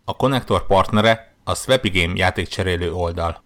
A konnektor partnere a Swapigame játékcserélő oldal.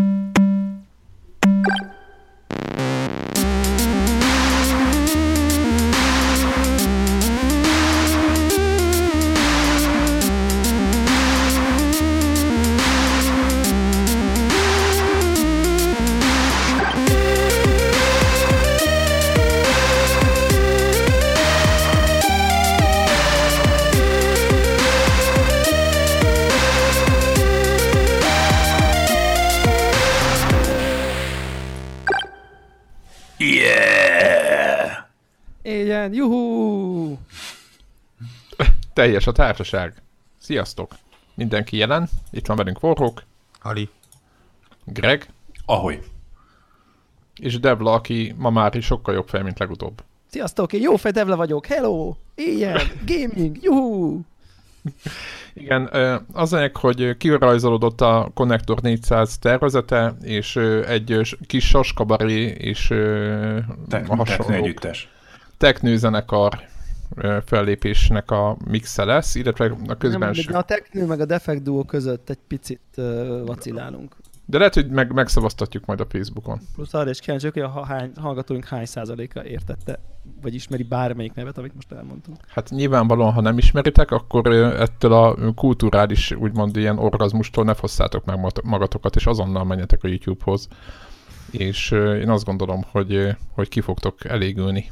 Éljen, juhú! Teljes a társaság. Sziasztok! Mindenki jelen. Itt van velünk Warhawk. Ali. Greg. Ahogy. És Devla, aki ma már is sokkal jobb fej, mint legutóbb. Sziasztok, én Jófej Devla vagyok. Hello! Éljen! Gaming! Juhú! Igen, az lényeg, hogy kirajzolódott a Konnektor 400 tervezete, és egy kis saskabaré és Techno együttes. Techno-zenekar fellépésnek a mixe lesz, illetve a közben... Nem, a Techno meg a Defect Duo között egy picit vacilálunk. De lehet, hogy megszavaztatjuk majd a Facebookon. Plusz arra is kíváncsiak, hogy a hallgatóink hány százaléka értette, vagy ismeri bármelyik nevet, amit most elmondtunk. Hát nyilvánvalóan, ha nem ismeritek, akkor ettől a kulturális, úgymond ilyen orgazmustól ne fosszátok meg magatokat, és azonnal menjetek a YouTube-hoz. És én azt gondolom, hogy ki fogtok elégülni.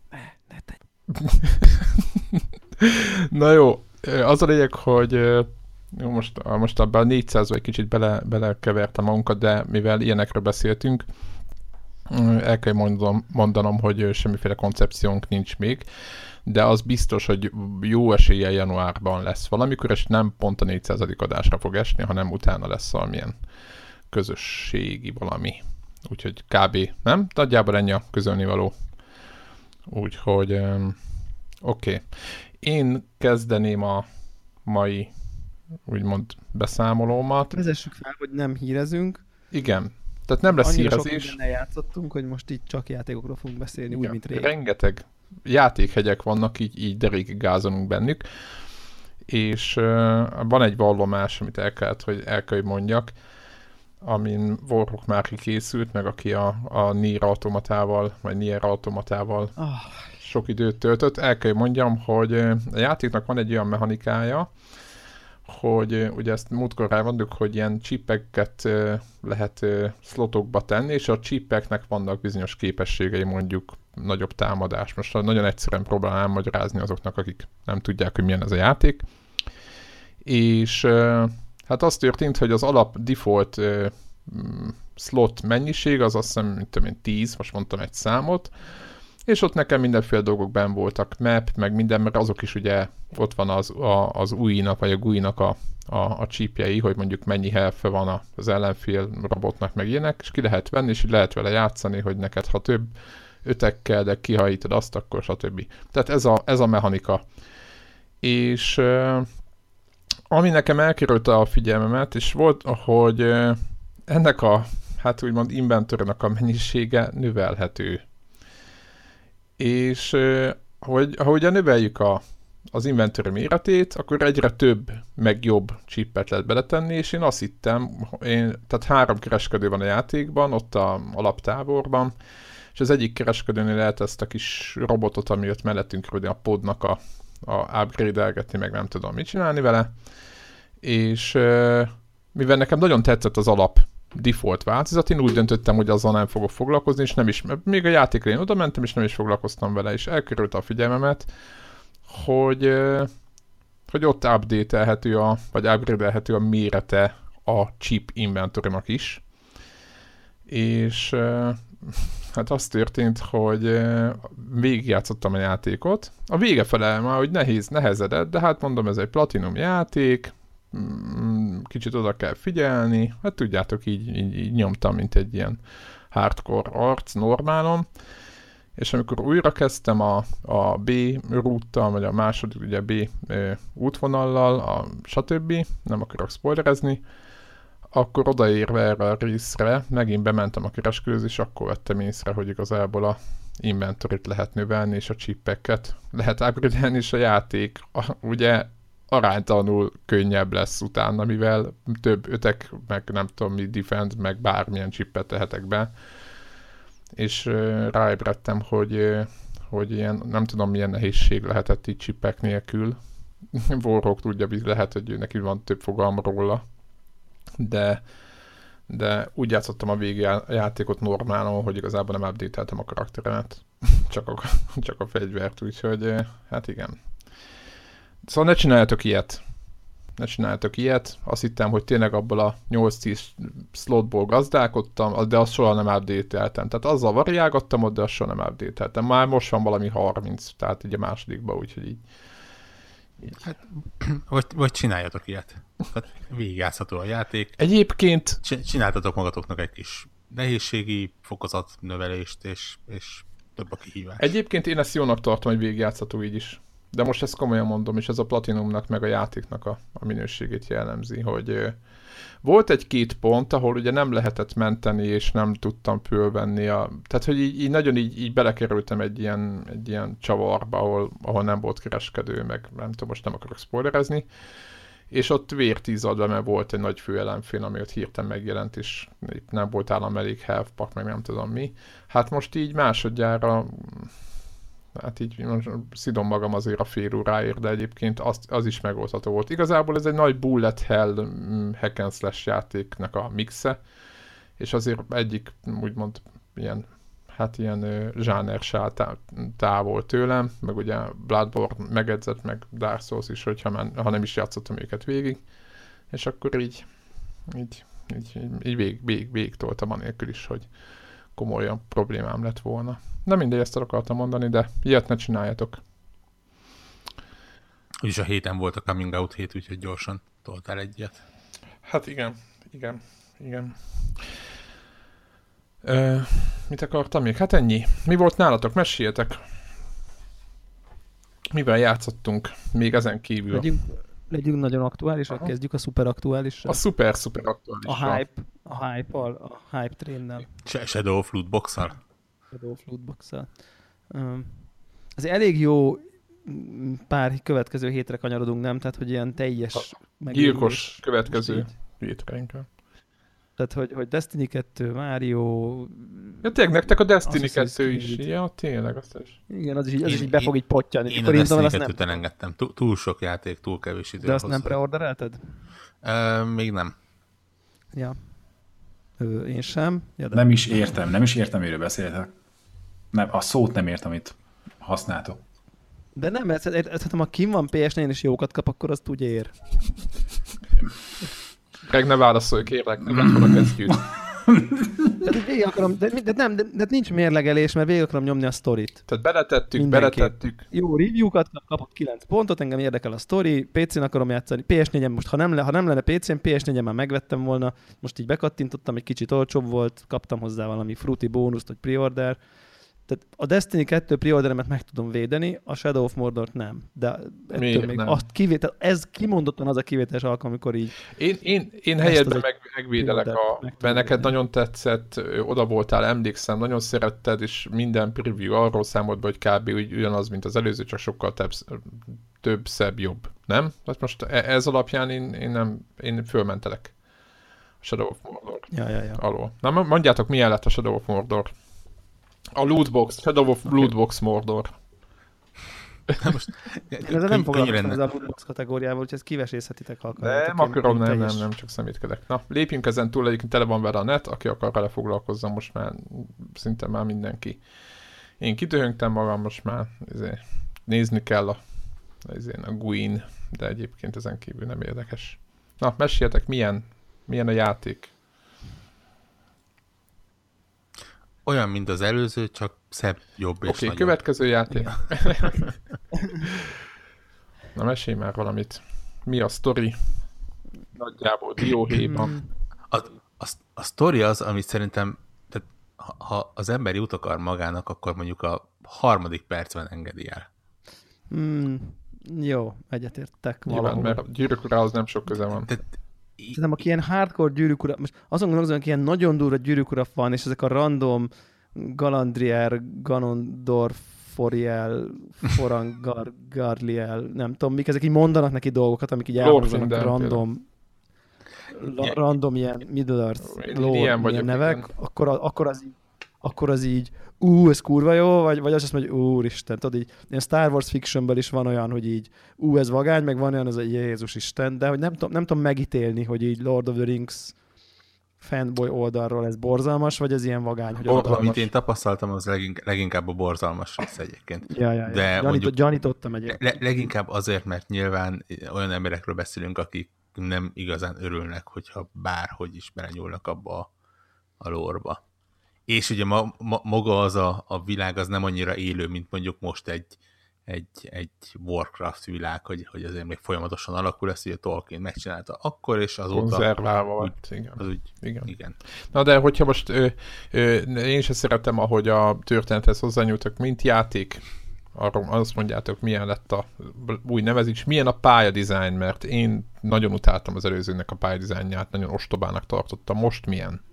Na jó, az a lényeg, hogy most abban a 400-ba egy kicsit belekevertem magunkat, de mivel ilyenekről beszéltünk, el kell mondanom, hogy semmiféle koncepciónk nincs még, de az biztos, hogy jó eséllyel januárban lesz valamikor, és nem pont a 400. adásra fog esni, hanem utána lesz valamilyen közösségi valami. Úgyhogy kb. Nem? Nagyjából ennyi a közölnivaló. Úgyhogy oké. Én kezdeném a mai úgymond beszámolómat. Vezessük fel, hogy nem hírezünk. Igen. Tehát nem lesz annyira hírezés. Annyira sok mindennel játszottunk, hogy most így csak játékokról fogunk beszélni, úgy, mint régen. Rengeteg játékhegyek vannak, így derékig gázolunk bennük. És van egy vallomás, amit el kell, hogy mondjak, amin Warhawk már készült, meg aki a Nier automatával sok időt töltött. El kell, hogy mondjam, hogy a játéknak van egy olyan mechanikája, hogy ugye ezt múltkor rávandjuk, hogy ilyen chipeket lehet slotokba tenni, és a chipeknek vannak bizonyos képességei, mondjuk nagyobb támadás. Most nagyon egyszerűen próbálom elmagyarázni azoknak, akik nem tudják, hogy milyen ez a játék. És hát az történt, hogy az alap default slot mennyiség, az azt hiszem, mint 10, most mondtam egy számot, és ott nekem mindenféle dolgok benn voltak, map, meg minden, mert azok is ugye ott van az UI-nak, vagy a GUI-nak a chipjei, hogy mondjuk mennyi health van az ellenfél robotnak, meg ilyenek, és ki lehet venni, és lehet vele játszani, hogy neked ha több ötekkel, de kihajítod azt, akkor stb. Tehát ez a mechanika. És ami nekem elkerülte a figyelmemet, és volt, hogy ennek a, hát úgymond inventory-nak a mennyisége növelhető. És ahogy növeljük az inventory méretét, akkor egyre több, meg jobb chipet lehet beletenni, és én azt hittem, tehát 3 kereskedő van a játékban, ott a alaptáborban, és az egyik kereskedőnél lehet ezt a kis robotot, ami ott mellettünk a podnak a upgrade-elgetni, meg nem tudom mit csinálni vele, és mivel nekem nagyon tetszett az alap default változat, én úgy döntöttem, hogy azzal nem fogok foglalkozni, és nem is, még a játékra én oda mentem, és nem is foglalkoztam vele, és elkerült a figyelmemet, hogy ott update-elhető vagy upgrade-elhető a mérete a chip inventory-nak is, és hát az történt, hogy végigjátszottam a játékot. A vége fele már, hogy nehezedett, de hát mondom, ez egy platinum játék, kicsit oda kell figyelni, hát tudjátok, így nyomtam, mint egy ilyen hardcore arc normálon, és amikor újra kezdtem a B rúttal, vagy a második ugye B útvonallal, stb., nem akarok spoilerezni, akkor odaérve erre a részre megint bementem a kereskedőhöz, és akkor vettem észre, hogy igazából a inventoryt lehet növelni, és a chipeket lehet upgrade-elni, és a játék ugye aránytalanul könnyebb lesz utána, mivel több ötek, meg nem tudom mi, defend, meg bármilyen csippet tehetek be. És ráébredtem, hogy ilyen, nem tudom milyen nehézség lehetett így csippek nélkül. Warhawk tudja, lehet, hogy neki van több fogalm róla. De úgy játszottam a végjátékot normálon, hogy igazából nem update-eltem a karakteremet. csak a fegyvert, úgyhogy hát igen. Szóval ne csináljatok ilyet. Azt hittem, hogy tényleg abból a 8-10 slotból gazdálkodtam, de azt soha nem update-eltem. Tehát azzal variálgattam ott, de azt soha nem update-eltem. Már most van valami 30, tehát így a másodikban, úgyhogy így. Hát, vagy csináljatok ilyet. Hát végigjátszható a játék. Egyébként... Csináltatok magatoknak egy kis nehézségi fokozat növelést, és több a kihívás. Egyébként én ezt jónak tartom, hogy végigjátszható így is. De most ezt komolyan mondom, és ez a Platinumnak meg a játéknak a minőségét jellemzi, hogy volt egy-két pont, ahol ugye nem lehetett menteni, és nem tudtam fölvenni tehát, hogy így nagyon így belekerültem egy ilyen csavarba, ahol nem volt kereskedő, meg nem tudom, most nem akarok spoilerezni, és ott vértízadva, mert volt egy nagy főellenfél, ami ott hirtelen megjelent, és itt nem volt állam elég health pack, meg nem tudom mi. Hát most így másodjára, hát így szidom magam azért a fél óráért, de egyébként az is megoldható volt. Igazából ez egy nagy bullet hell hack and slash játéknak a mixe, és azért egyik úgymond ilyen zsáner se távol tőlem, meg ugye Bloodborne megedzett, meg Dark Souls is, ha nem is játszottam őket végig, és akkor így végig toltam anélkül is, hogy komolyan problémám lett volna. Nem mindegy, ezt akartam mondani, de ilyet ne csináljatok. Úgyis a héten volt a coming out hét, úgyhogy gyorsan toltál egyet. Hát igen. Mit akartam még? Hát ennyi. Mi volt nálatok? Meséljetek. Mivel játszottunk még ezen kívül? Legyünk nagyon aktuálisak, kezdjük a szuper aktuálissal. A szuper aktuálissal. A hype train-nel. Shadow of Lootbox-szal? Shadow of Lootbox-szal. Azért elég jó pár következő hétre kanyarodunk, nem? Tehát, hogy ilyen teljes gyilkos következő hétre inkább. Tehát, hogy Destiny 2, Mario... Ja, tényleg nektek a Destiny 2 is. Ja, tényleg, azt is. Igen, az is így be fog így pottyani. Én a Destiny 2-t elengedtem. Túl sok játék, túl kevés idő. De azt nem preorderelted? Még nem. Ja. Én sem. Ja, nem is értem, miről beszéltek. Nem, a szót nem értem, amit használtok. De nem, ha kim van PS4-en és jókat kap, akkor azt úgy ér. Greg, ne válaszolj, kérlek, nem van a kesztyűt. De nincs mérlegelés, mert végig akarom nyomni a sztorit. Tehát beletettük. Jó review-kat kapott 9 pontot, engem érdekel a sztori, PC-n akarom játszani. PS4-en most, ha nem lenne PC-n, PS4-en már megvettem volna, most így bekattintottam, egy kicsit olcsóbb volt, kaptam hozzá valami fruity bónuszt, vagy pre-order. Tehát a Destiny 2 pre-orderemet meg tudom védeni, a Shadow of Mordort nem. De ettől még nem? Ez kimondottan az a kivételes alkalom, amikor így... Én helyedben megvédelek, mert neked nagyon tetszett, oda voltál, emlékszem, nagyon szeretted, és minden preview arról számolt be, hogy kb. Ugyanaz, mint az előző, csak sokkal több szebb, jobb. Nem? Hát most ez alapján én fölmentelek a Shadow of Mordor alól. Na mondjátok, milyen lett a Shadow of Mordor? A Lootbox, Shadow of Lootbox Mordor. Én ezzel nem foglalkoztam ez a Lootbox kategóriával, úgyhogy ezt kivesészhetitek, ha akarjátok. Nem akarom, nem, csak szemétkedek. Na, lépjünk ezen túl, egyébként tele van vele a net, aki akar vele foglalkozzon, most már szinte már mindenki. Én kidöhögtem magam, most már nézni kell a GUI-n, de egyébként ezen kívül nem érdekes. Na, meséljetek, milyen a játék? Olyan, mint az előző, csak szebb, jobb és nagyobb. Következő játék. Na, mesélj már valamit. Mi a sztori? Nagyjából dióhéjban. A sztori az, amit szerintem, tehát, ha az ember jut akar magának, akkor mondjuk a 3. percben engedi el. Jó, egyetértek. Nyilván, mert a Gyűrűk Urához nem sok köze van. Szerintem, aki ilyen hardcore Gyűrűk Ura, most azon gondolkozom, hogy ilyen nagyon durva Gyűrűk Ura fan, és ezek a random Galandrier, Ganondorf Foriel, Garliel, nem tudom mik, ezek így mondanak neki dolgokat, amik így elhangzanak random ilyen Middle-earth lore nevek, akkor az így ez kurva jó, vagy azt mondja, hogy úristen, tudod így, ilyen Star Wars fictionből is van olyan, hogy így ez vagány, meg van olyan, ez a Jézus Isten, de hogy nem tudom megítélni, hogy így Lord of the Rings fanboy oldalról ez borzalmas, vagy ez ilyen vagány, hogy amit én tapasztaltam, az leginkább a borzalmas rész egyébként. Ja. De gyanítottam egyébként. Leginkább azért, mert nyilván olyan emberekről beszélünk, akik nem igazán örülnek, hogyha bárhogy is belenyúlnak abba a lore-ba. És ugye maga az a világ az nem annyira élő, mint mondjuk most egy Warcraft világ, hogy azért még folyamatosan alakul, ezt ugye Tolkien megcsinálta akkor, és azóta... Konzerválva volt, igen. Na de hogyha most én sem szeretem, ahogy a történethez hozzányúltak, mint játék, arról azt mondjátok, milyen lett a új nevezés, milyen a pályadizájn, mert én nagyon utáltam az előzőnek a pályadizájnját, nagyon ostobának tartottam. Most milyen?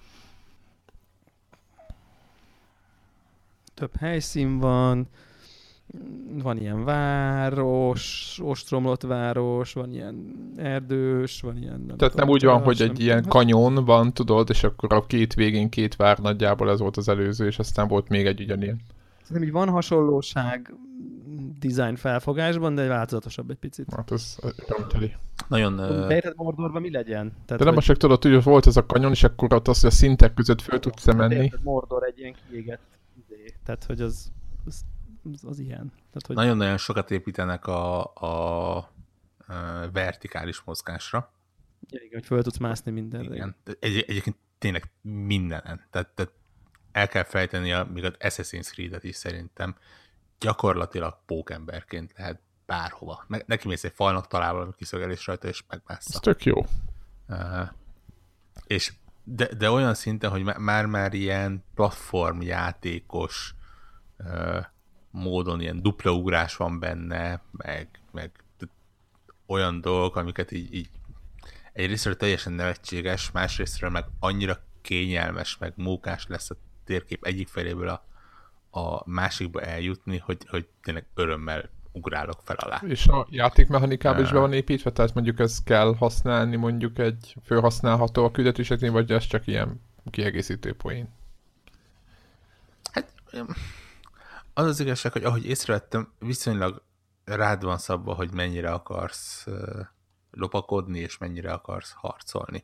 Több helyszín van ilyen város, ostromlott város, van ilyen erdős, van ilyen... Tehát nem úgy van, hogy egy ilyen kanyon van, tudod, és akkor a két végén két vár nagyjából, ez volt az előző, és aztán volt még egy ugyanilyen. Szerintem így van hasonlóság design felfogásban, de változatosabb egy picit. Hát ez örömteli. Nagyon... Beérted Mordorba mi legyen? Tehát, de nem most csak tudod, hogy volt ez a kanyon, és akkor ott az, hogy a szintek között föl tudsz menni. Mordor egy ilyen kiégett idé. Tehát, hogy az ilyen. Tehát, hogy... Nagyon-nagyon sokat építenek a vertikális mozgásra. Ja, igen, hogy föl tudsz mászni mindenre. Igen. Egyébként tényleg mindenen. Tehát el kell fejteni még az Assassin's Creed-et is szerintem. Gyakorlatilag pókemberként lehet bárhova. Neki mész egy falnak, talál valami kiszögelés rajta, és megmászta. Ez tök jó. De olyan szinten, hogy már ilyen platformjátékos módon ilyen dupla ugrás van benne, meg olyan dolgok, amiket így egyrésztről teljesen nevetséges, másrésztről meg annyira kényelmes, meg mókás lesz a térkép egyik feléből a másikba eljutni, hogy tényleg örömmel ugrálok fel alá. És a játékmechanikában is be van építve, tehát mondjuk ezt kell használni mondjuk egy felhasználható a küldetéseknél, vagy ez csak ilyen kiegészítő poén? Hát az az igazság, hogy ahogy észrevettem, viszonylag rád van szabva, hogy mennyire akarsz lopakodni, és mennyire akarsz harcolni.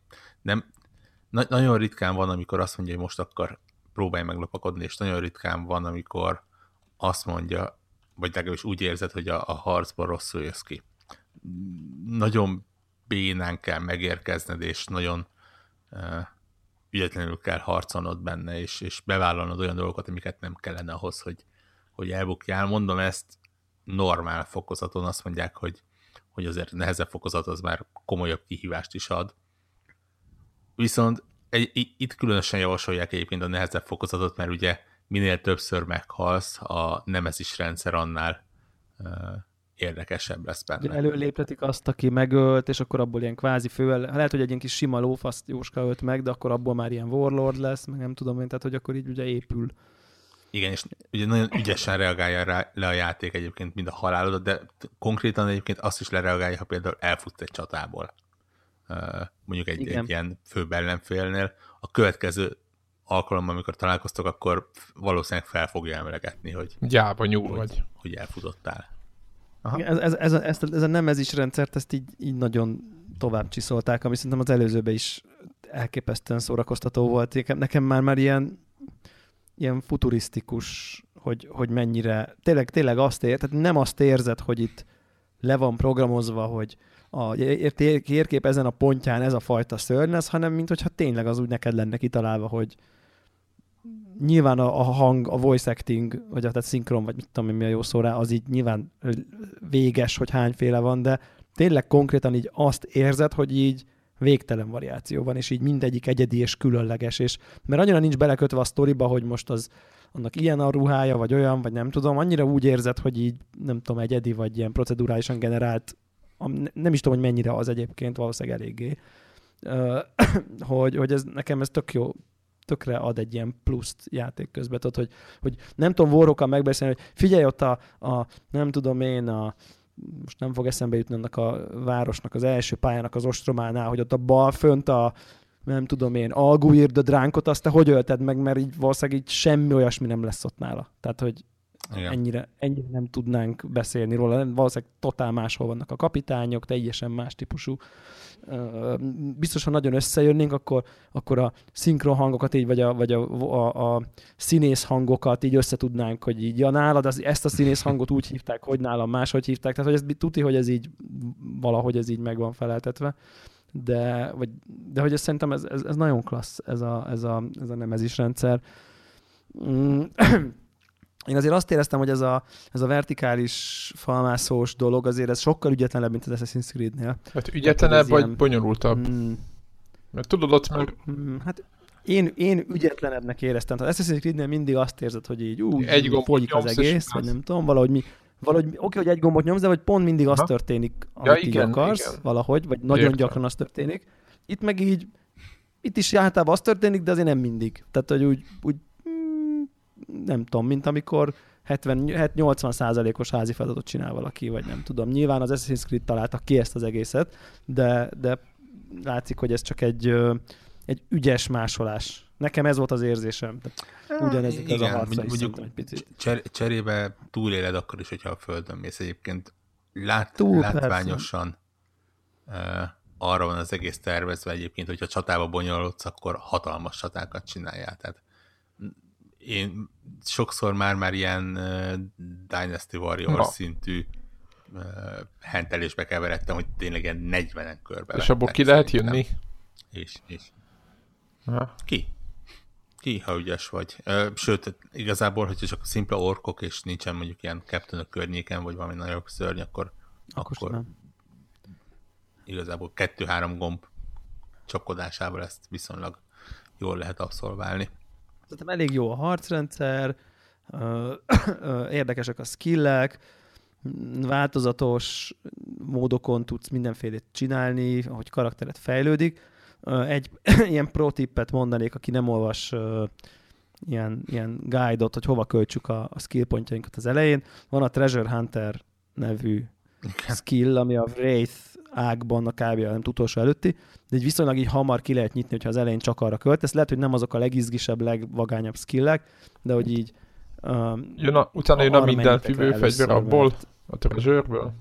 Nagyon ritkán van, amikor azt mondja, hogy most akkor próbálj meg lopakodni, és nagyon ritkán van, amikor azt mondja, vagy legalábbis úgy érzed, hogy a harcban rosszul jössz ki. Nagyon bénán kell megérkezned, és nagyon ügyetlenül kell harcolnod benne, és bevállalnod olyan dolgokat, amiket nem kellene ahhoz, hogy elbukjál. Mondom ezt normál fokozaton, azt mondják, hogy azért nehezebb fokozat az már komolyabb kihívást is ad. Viszont itt különösen javasolják egyébként a nehezebb fokozatot, mert ugye minél többször meghalsz, a nemezis rendszer annál érdekesebb lesz benne. Előléptetik azt, aki megölt, és akkor abból ilyen kvázi lehet, hogy egy ilyen kis sima lófaszt Jóska ölt meg, de akkor abból már ilyen warlord lesz, meg nem tudom én, tehát hogy akkor így ugye épül. Igen, és ugye nagyon ügyesen reagálja le a játék egyébként mind a halálodat, de konkrétan egyébként azt is lereagálja, ha például elfutsz egy csatából. Mondjuk egy ilyen főbb ellenfélnél. A következő alkalommal, amikor találkoztok, akkor valószínűleg fel fogja emlegetni, hogy gyáva nyúl vagy. Hogy elfutottál. Ez a nemezis rendszert, ezt így nagyon tovább csiszolták, ami szerintem az előzőben is elképesztően szórakoztató volt. Nekem már ilyen futurisztikus, hogy mennyire, tényleg azt tehát nem azt érzed, hogy itt le van programozva, hogy a térkép ezen a pontján ez a fajta szörny lesz, hanem minthogyha tényleg az úgy neked lenne kitalálva, hogy nyilván a hang, a voice acting, vagy a szinkron, vagy mit tudom, mi a jó szó rá, az így nyilván véges, hogy hányféle van, de tényleg konkrétan így azt érzed, hogy így végtelen variáció van, és így mindegyik egyedi és különleges, és mert annyira nincs belekötve a sztoriba, hogy most annak ilyen a ruhája, vagy olyan, vagy nem tudom, annyira úgy érzed, hogy így nem tudom, egyedi, vagy ilyen procedurálisan generált, nem is tudom, hogy mennyire az egyébként, valószínűleg eléggé, hogy nekem ez tök tökre ad egy ilyen pluszt játék közben. Tudod, hogy nem tudom Warhawkkal megbeszélni, hogy figyelj ott nem tudom én, most nem fog eszembe jutni annak a városnak az első pályának az ostrománál, hogy ott a bal fönt nem tudom én, Alguir the Dránkot, azt te hogy ölted meg, mert így valószínűleg így semmi olyasmi nem lesz ott nála. Tehát, hogy ennyire nem tudnánk beszélni róla. Valószínűleg totál máshol vannak a kapitányok, teljesen más típusú. Biztos, ha nagyon összejönnénk, akkor a szinkron hangokat így, vagy a színész hangokat így összetudnánk, hogy így nálad ezt a színész hangot úgy hívták, hogy nálam máshogy hívták. Tehát, hogy ez tuti, hogy ez így valahogy ez így meg van feleltetve. De hogy szerintem ez nagyon klassz, ez a nemezis rendszer. Én azért azt éreztem, hogy ez a vertikális falmászós dolog azért ez sokkal ügyetlenebb, mint az Assassin's Creed-nél. Hát ügyetlenebb vagy ilyen... bonyolultabb? Mert tudod ott meg... Hát én ügyetlenebbnek éreztem. Tehát Assassin's Creed-nél mindig azt érzed, hogy így folyik az egész, vagy nem tudom, valahogy oké, hogy egy gombot nyomsz, de hogy pont mindig az történik, amit így akarsz, valahogy, vagy nagyon gyakran az történik. Itt meg így, itt is általában az történik, de azért nem mindig. Tehát, hogy úgy nem tudom, mint amikor 70-80%-os házi feladatot csinál valaki, vagy nem tudom. Nyilván az Assassin's Creed találta ki ezt az egészet, de látszik, hogy ez csak egy ügyes másolás. Nekem ez volt az érzésem. Ugyanez igaz a harcra is szerintem egy picit. Cserébe túléled akkor is, hogyha a földön mész. Egyébként látványosan arra van az egész tervezve egyébként, hogyha csatába bonyolodsz, akkor hatalmas csatákat csináljál. Tehát én sokszor már ilyen Dynasty Warriors szintű hentelésbe keveredtem, hogy tényleg ilyen 40-en körbe. És abból ki lehet jönni? És. Ki, ha ügyes vagy. Sőt, igazából, hogyha csak szimpla orkok, és nincsen mondjuk ilyen captainök környéken, vagy valami nagyobb szörny, akkor igazából 2-3 gomb csapkodásával ezt viszonylag jól lehet abszolválni. Szerintem elég jó a harcrendszer, érdekesek a skillek, változatos módokon tudsz mindenfélét csinálni, ahogy karaktered fejlődik. Egy ilyen pro tippet mondanék, aki nem olvas ilyen guide-ot, hogy hova költsük a skill pontjainkat az elején. Van a Treasure Hunter nevű skill, ami a Wraith ágban a kb. Nem utolsó előtti, de így viszonylag így hamar ki lehet nyitni, hogyha az elején csak arra költesz. Lehet, hogy nem azok a legizgisebb, legvagányabb skillek, de hogy így utána jön a minden füvő fegyver abból, a Treasure-ből?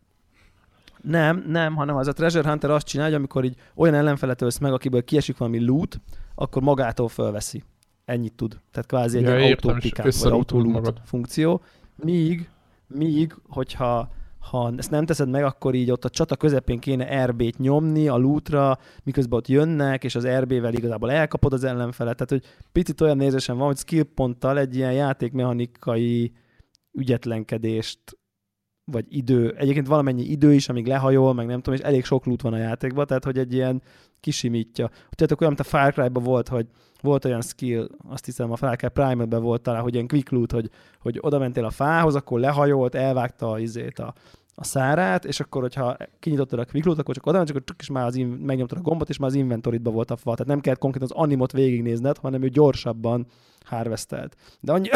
Nem, hanem az a Treasure Hunter azt csinálja, hogy amikor így olyan ellenfelet ölsz meg, akiből kiesik valami loot, akkor magától fölveszi. Ennyit tud. Tehát kvázi egy ilyen auto-pick-up vagy auto-loot funkció. Míg, hogyha ezt nem teszed meg, akkor így ott a csata közepén kéne RB-t nyomni a lootra, miközben ott jönnek, és az RB-vel igazából elkapod az ellenfelet. Tehát, hogy picit olyan nézésem van, hogy skillponttal egy ilyen játékmechanikai ügyetlenkedést vagy idő, egyébként valamennyi idő is, amíg lehajol, meg nem tudom, és elég sok loot van a játékban, tehát hogy egy ilyen kisimítja. Tehát olyan, mint a Far Cry-ban volt, hogy volt olyan skill, azt hiszem a Far Cry Primal-ben volt talán, hogy ilyen quick loot, hogy oda mentél a fához, akkor lehajolt, elvágta a szárát, és akkor, hogyha kinyitottad a quick loot, akkor csak oda ment, csak is már megnyomtad a gombot, és már az inventoridba volt a fa. Tehát nem kellett konkrétan az animot végignézned, hanem ő gyorsabban harvestelt. De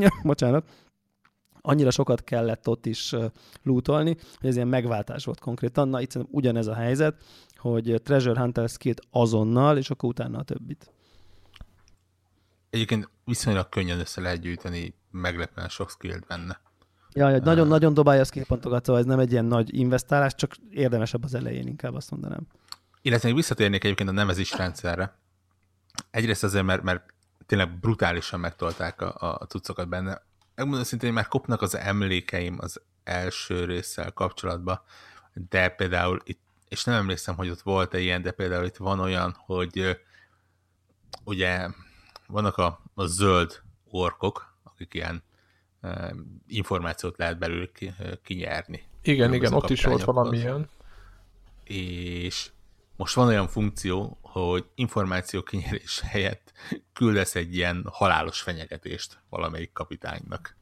annyira sokat kellett ott is lootolni, hogy ez ilyen megváltás volt konkrétan. Na, itt ugyanez a helyzet, hogy Treasure Hunter skillt azonnal, és akkor utána a többit. Egyébként viszonylag könnyen össze lehet gyűjteni meglepően sok skillt benne. Ja, nagyon dobálja a skillpontokat, szóval ez nem egy ilyen nagy investálás, csak érdemesebb az elején, inkább azt mondanám. Illetve még visszatérnék egyébként a nevezés rendszerre. Egyrészt azért, mert tényleg brutálisan megtolták a cuccokat benne. Megmondom szintén, már kopnak az emlékeim az első résszel kapcsolatban, de például itt, és nem emlékszem, hogy ott volt-e ilyen, de például itt van olyan, hogy ugye vannak a zöld orkok, akik ilyen információt lehet belőle kinyerni. Igen, ott is volt valamilyen. És most van olyan funkció, hogy információ kinyerés helyett küldesz egy ilyen halálos fenyegetést valamelyik kapitánynak.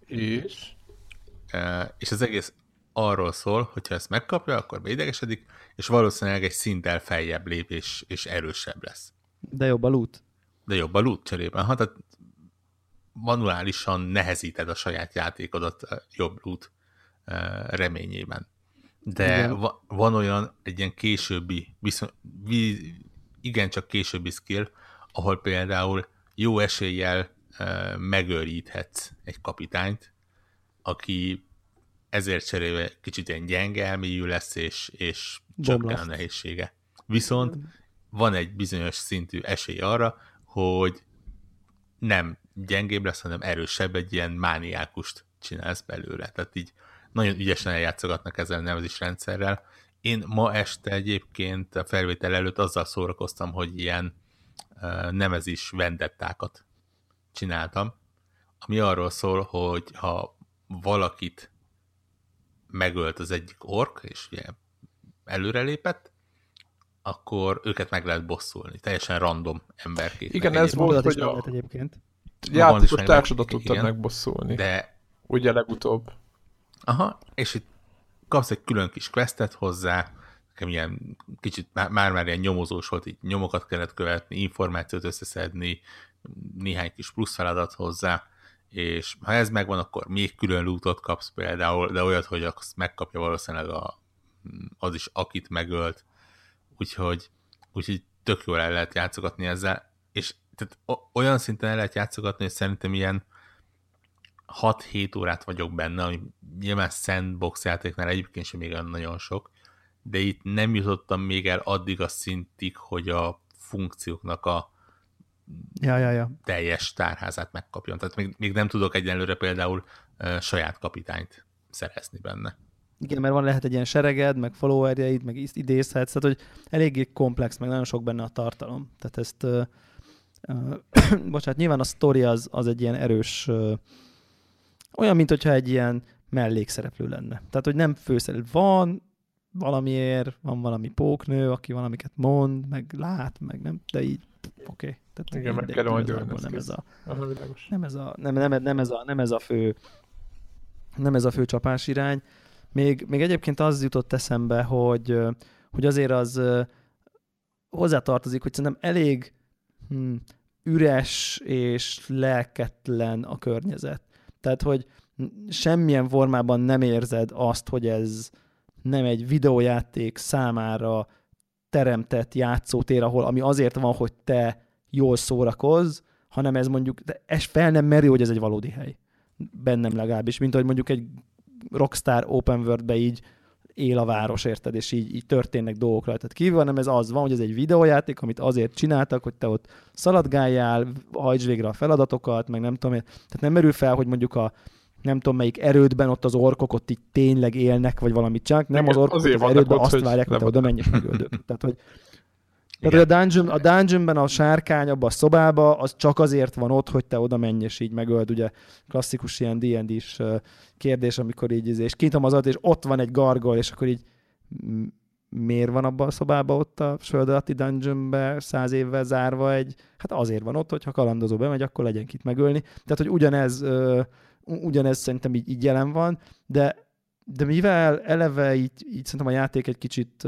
És az egész arról szól, hogyha ezt megkapja, akkor beidegesedik, és valószínűleg egy szinttel feljebb lép, és erősebb lesz. De jobb a loot. De jobb a loot cserében. Tehát manuálisan nehezíted a saját játékodat jobb loot reményében. De van olyan egy ilyen későbbi, igencsak későbbi skill, ahol például jó eséllyel megőríthetsz egy kapitányt, aki ezért cserélve kicsit ilyen gyenge elmélyű lesz, és csökken a nehézsége. Viszont van egy bizonyos szintű esély arra, hogy nem gyengébb lesz, hanem erősebb, egy ilyen mániákust csinálsz belőle. Tehát így nagyon ügyesen eljátszogatnak ezzel a nevezésrendszerrel. Én ma este egyébként a felvétel előtt azzal szórakoztam, hogy ilyen nevezés vendettákat csináltam, ami arról szól, hogy ha valakit megölt az egyik ork, és ugye előrelépett, akkor őket meg lehet bosszulni. Teljesen random emberként. Igen, ez volt, hogy a egyébként. játékos társadat tudtad megbosszulni. De ugye legutóbb. Aha, és itt kapsz egy külön kis questet hozzá, nekem ilyen kicsit már ilyen nyomozós volt, így nyomokat kellett követni, információt összeszedni, néhány kis plusz feladat hozzá, és ha ez megvan, akkor még külön lootot kapsz például, de olyat, hogy azt megkapja valószínűleg az is, akit megölt, úgyhogy tök jól el lehet játszogatni ezzel, és tehát olyan szinten el lehet játszogatni, hogy szerintem ilyen 6-7 órát vagyok benne, ami nyilván sandbox játéknál egyébként sem még olyan nagyon sok, de itt nem jutottam még el addig a szintig, hogy a funkcióknak a teljes tárházát megkapjon. Tehát még nem tudok egyenlőre például saját kapitányt szerezni benne. Igen, mert lehet egy ilyen sereged, meg followerjeid, meg idézhetsz, tehát hogy eléggé komplex, meg nagyon sok benne a tartalom. Tehát ezt, bocsánat, nyilván a sztori az egy ilyen erős, olyan, mint hogyha egy ilyen mellékszereplő lenne. Tehát, hogy nem főszereplő. Van valami póknő, aki valamiket mond, meg lát, meg nem, de így oké. Tehát igen, meg kell majd nem ez a fő csapás irány. Még egyébként az jutott eszembe, hogy azért az hozzátartozik, hogy szerintem elég üres és lelketlen a környezet. Tehát, hogy semmilyen formában nem érzed azt, hogy ez nem egy videójáték számára teremtett játszótér, ami azért van, hogy te jól szórakozz, hanem ez mondjuk, de ez fel nem merül, hogy ez egy valódi hely. Bennem legalábbis, mint ahogy mondjuk egy Rockstar Open World-be így él a város, érted, és így történnek dolgok rajta kívül, hanem ez az van, hogy ez egy videójáték, amit azért csináltak, hogy te ott szaladgáljál, hajtsd végre a feladatokat, meg nem tudom, tehát nem merül fel, hogy mondjuk nem tudom melyik erődben ott az orkok ott így tényleg élnek, vagy valamit csak, nem az orkok az erődben azt várják, hogy te oda menj és megöldök. Tehát, hogy a dungeonben a sárkány abban a szobába, az csak azért van ott, hogy te oda menj és így megöld, ugye klasszikus ilyen D&D-s kérdés, amikor így, és kinyitom az és ott van egy gargol, és akkor így miért van abban a szobában ott a föld alatti dungeonbe 100 évvel zárva hát azért van ott, hogyha kalandozó bemegy, akkor legyen kit megölni. Tehát, hogy ugyanez szerintem így jelen van, de mivel eleve így szerintem a játék egy kicsit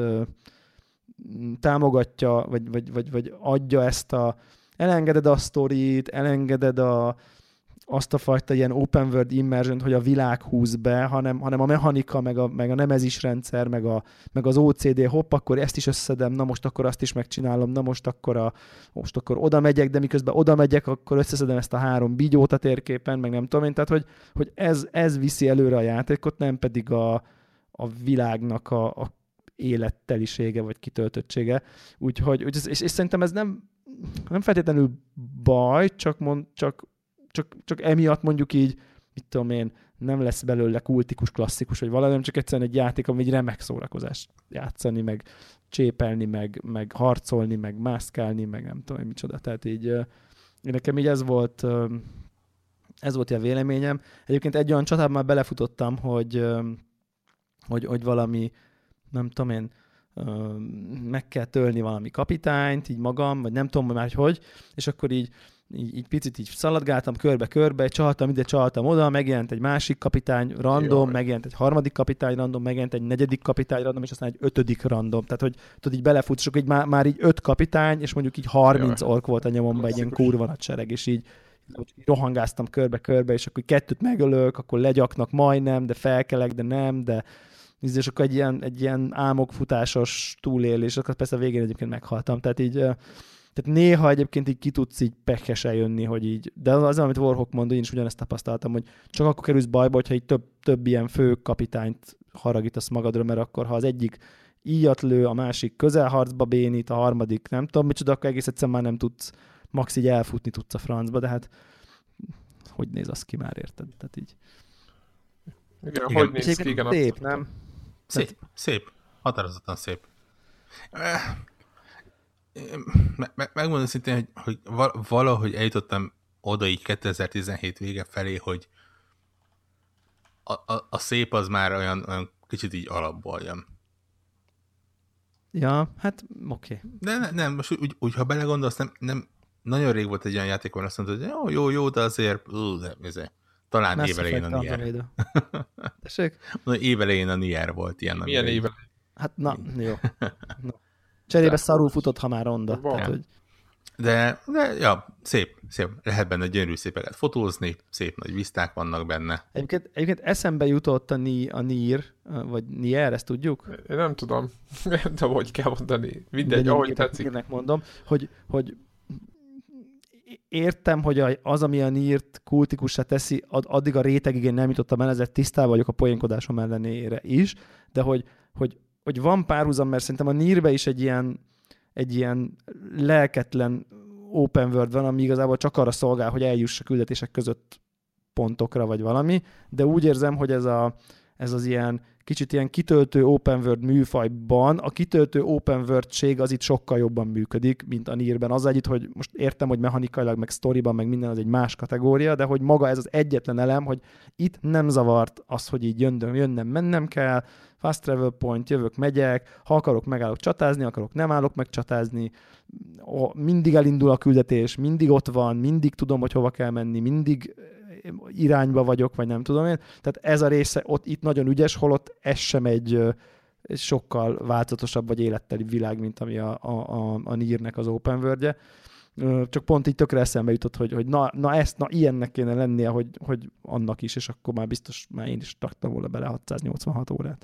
támogatja, vagy adja ezt elengeded a sztorit, elengeded azt a fajta ilyen open world immersion, hogy a világ húz be, hanem a mechanika, meg a nemezisrendszer, meg az OCD, hopp, akkor ezt is összedem, na most akkor azt is megcsinálom, na most akkor oda megyek, de miközben oda megyek, akkor összeszedem ezt a 3 bigyót a térképen, meg nem tudom én, tehát hogy ez viszi előre a játékot, nem pedig a világnak a élettelisége, vagy kitöltöttsége. Úgyhogy és szerintem ez nem feltétlenül baj, csak emiatt mondjuk így, mit tudom én, nem lesz belőle kultikus, klasszikus, vagy valami, nem csak egyszerűen egy játék, ami egy remek szórakozás játszani, meg csépelni, meg harcolni, meg mászkálni, meg nem tudom, micsoda. Tehát így nekem így ez volt a véleményem. Egyébként egy olyan csatában már belefutottam, hogy valami, nem tudom én, meg kell tölni valami kapitányt, így magam, vagy nem tudom már, hogy, és akkor így így picit így szaladgáltam körbe-körbe, csaltam ide, csaltam oda, megjelent egy másik kapitány random, megjelent egy harmadik kapitány random, megjelent egy negyedik kapitány random, és aztán egy ötödik random. Tehát, hogy tudod, így belefutsz, és akkor így már így 5 kapitány, és mondjuk így 30 ork volt a nyomomban, egy ilyen kurva nagy sereg, és így rohangáztam körbe-körbe, és akkor 2 megölök, akkor legyaknak majdnem, de felkelek, de nem, de és akkor egy ilyen álmokfutásos túlélés, akkor persze a végén egyébként meghaltam. Tehát néha egyébként így ki tudsz így pekesen jönni, hogy így, de az, amit Warhawk mondta, én is ugyanezt tapasztaltam, hogy csak akkor kerülsz bajba, hogyha így több ilyen fő kapitányt haragítasz magadra, mert akkor ha az egyik íjat lő, a másik közelharcba bénít, a harmadik nem tudom micsoda, akkor egész egyszerűen már nem tudsz, max így elfutni tudsz a francba, de hát hogy néz az ki már, érted? Tehát így. Igen, hogy néz ki, igen. Szép, nem? Szép. Határozottan szép. Megmondom szintén, hogy valahogy eljutottam oda így 2017 vége felé, hogy a szép az már olyan kicsit így alapból jön. Ja, hát oké. De nem, most úgy ha belegondolsz, nem nagyon rég volt egy olyan játék, ahol azt mondtad, hogy jó, de azért talán évelején a Nier. Tessék? Évelején a Nier volt ilyen. Milyen évelején? Hát na, jó. Na. Cserébe szarul futott, ha már ronda. Tehát, hogy... De ja, szép. Lehet benne gyönyörű szépeket fotózni, szép nagy viszták vannak benne. Egyébként eszembe jutott a Nier, vagy Nier, ezt tudjuk? Én nem tudom, de hogy kell mondani. Mindegy, ahogy tetszik. Mondom, hogy értem, hogy az, ami a Niert kultikussá teszi, addig a rétegig én nem jutottam el, ezért tisztában vagyok a poénkodásom ellenére is, de hogy van párhuzam, mert szerintem a Nierbe is egy ilyen lelketlen open world van, ami igazából csak arra szolgál, hogy eljuss a küldetések között pontokra, vagy valami, de úgy érzem, hogy ez az ilyen kicsit ilyen kitöltő open world műfajban, a kitöltő open world-ség az itt sokkal jobban működik, mint a Nierben. Az együtt, hogy most értem, hogy mechanikailag, meg sztoriban, meg minden az egy más kategória, de hogy maga ez az egyetlen elem, hogy itt nem zavart az, hogy így jönnöm, mennem kell, fast travel point, jövök, megyek, ha akarok, megállok csatázni, akarok, nem állok meg csatázni, mindig elindul a küldetés, mindig ott van, mindig tudom, hogy hova kell menni, mindig irányba vagyok, vagy nem tudom én. Tehát ez a része itt nagyon ügyes, holott ez sem egy sokkal változatosabb vagy életteli világ, mint ami a Niernek az open world-je. Csak pont így tökre eszembe jutott, hogy ilyennek kéne lennie, hogy annak is, és akkor már biztos már én is raktam volna bele 686 órát.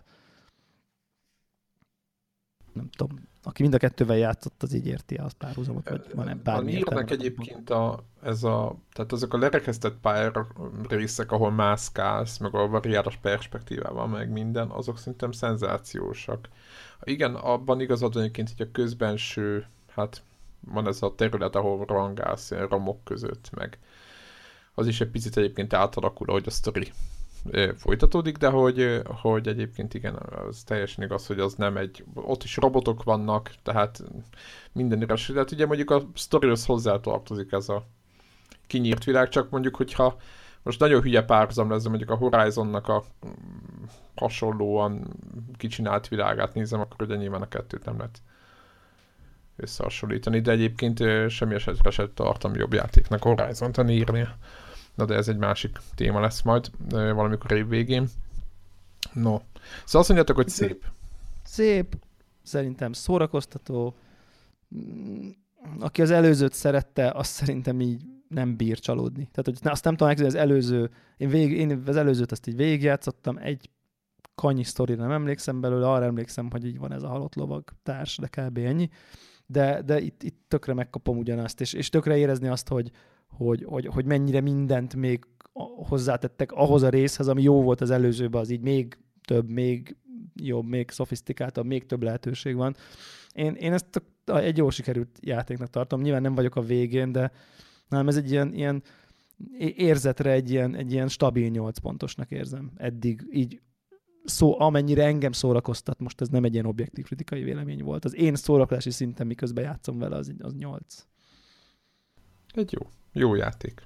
Nem tudom. Aki mind a kettővel játszott, az így érti az párhuzamot, vagy van bármi értelme. A Niernek egyébként tehát azok a lerekesztett pálya részek, ahol mászkálsz, meg a variális perspektívával, meg minden, azok szerintem szenzációsak. Igen, abban igazad van egyébként, hogy a közbenső, hát van ez a terület, ahol rangálsz romok között, meg az is egy picit egyébként átalakul, ahogy a sztori folytatódik, de hogy egyébként igen, az teljesen igaz, hogy az nem ott is robotok vannak, tehát minden üres. Tehát ugye mondjuk a sztorihoz hozzátartozik ez a kinyírt világ, csak mondjuk, hogyha most nagyon hülye párhuzam lesz, mondjuk a Horizonnak a hasonlóan kicsinált világát nézem, akkor ugye nyilván a kettőt nem lehet összehasonlítani, de egyébként semmi esetre se tartom jobb játéknak Horizont a Niernél. Na de ez egy másik téma lesz majd valamikor év végén. No. Szóval azt mondjátok, hogy szép. Szép, szerintem szórakoztató. Aki az előzőt szerette, azt szerintem így nem bír csalódni. Tehát, hogy azt nem tudom elképzelni, az előző, én az előzőt azt így végigjátszottam, egy kanyi sztorira nem emlékszem belőle, arra emlékszem, hogy így van ez a halott lovag társ, de kb. Ennyi. De itt tökre megkapom ugyanazt, és tökre érezni azt, hogy mennyire mindent még hozzátettek ahhoz a részhez, ami jó volt az előzőben, az így még több, még jobb, még szofisztikáltabb, még több lehetőség van. Én ezt egy jól sikerült játéknak tartom. Nyilván nem vagyok a végén, de nem, ez egy ilyen érzetre egy ilyen stabil 8 pontosnak érzem. Eddig így amennyire engem szórakoztat, most ez nem egy ilyen objektív kritikai vélemény volt. Az én szórakozási szinten, miközben játszom vele, az 8. Egy jó játék.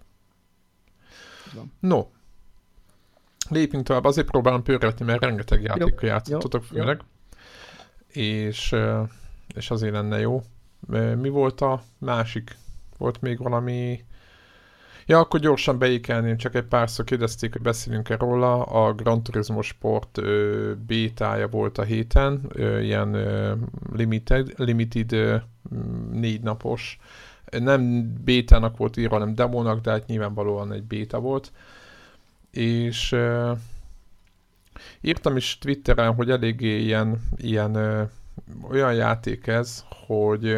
No. Lépjünk tovább. Azért próbálom pörgetni, mert rengeteg játékkal játszottatok főleg. És azért lenne jó. Mi volt a másik? Volt még valami Ja, akkor gyorsan beékelném, csak egy párszor kérdezték, hogy beszélünk-e róla. A Gran Turismo Sport bétája volt a héten, ilyen limited 4 napos. Nem bétának volt írva, hanem demónak, de hát nyilvánvalóan egy béta volt. És írtam is Twitteren, hogy eléggé ilyen olyan játék ez, hogy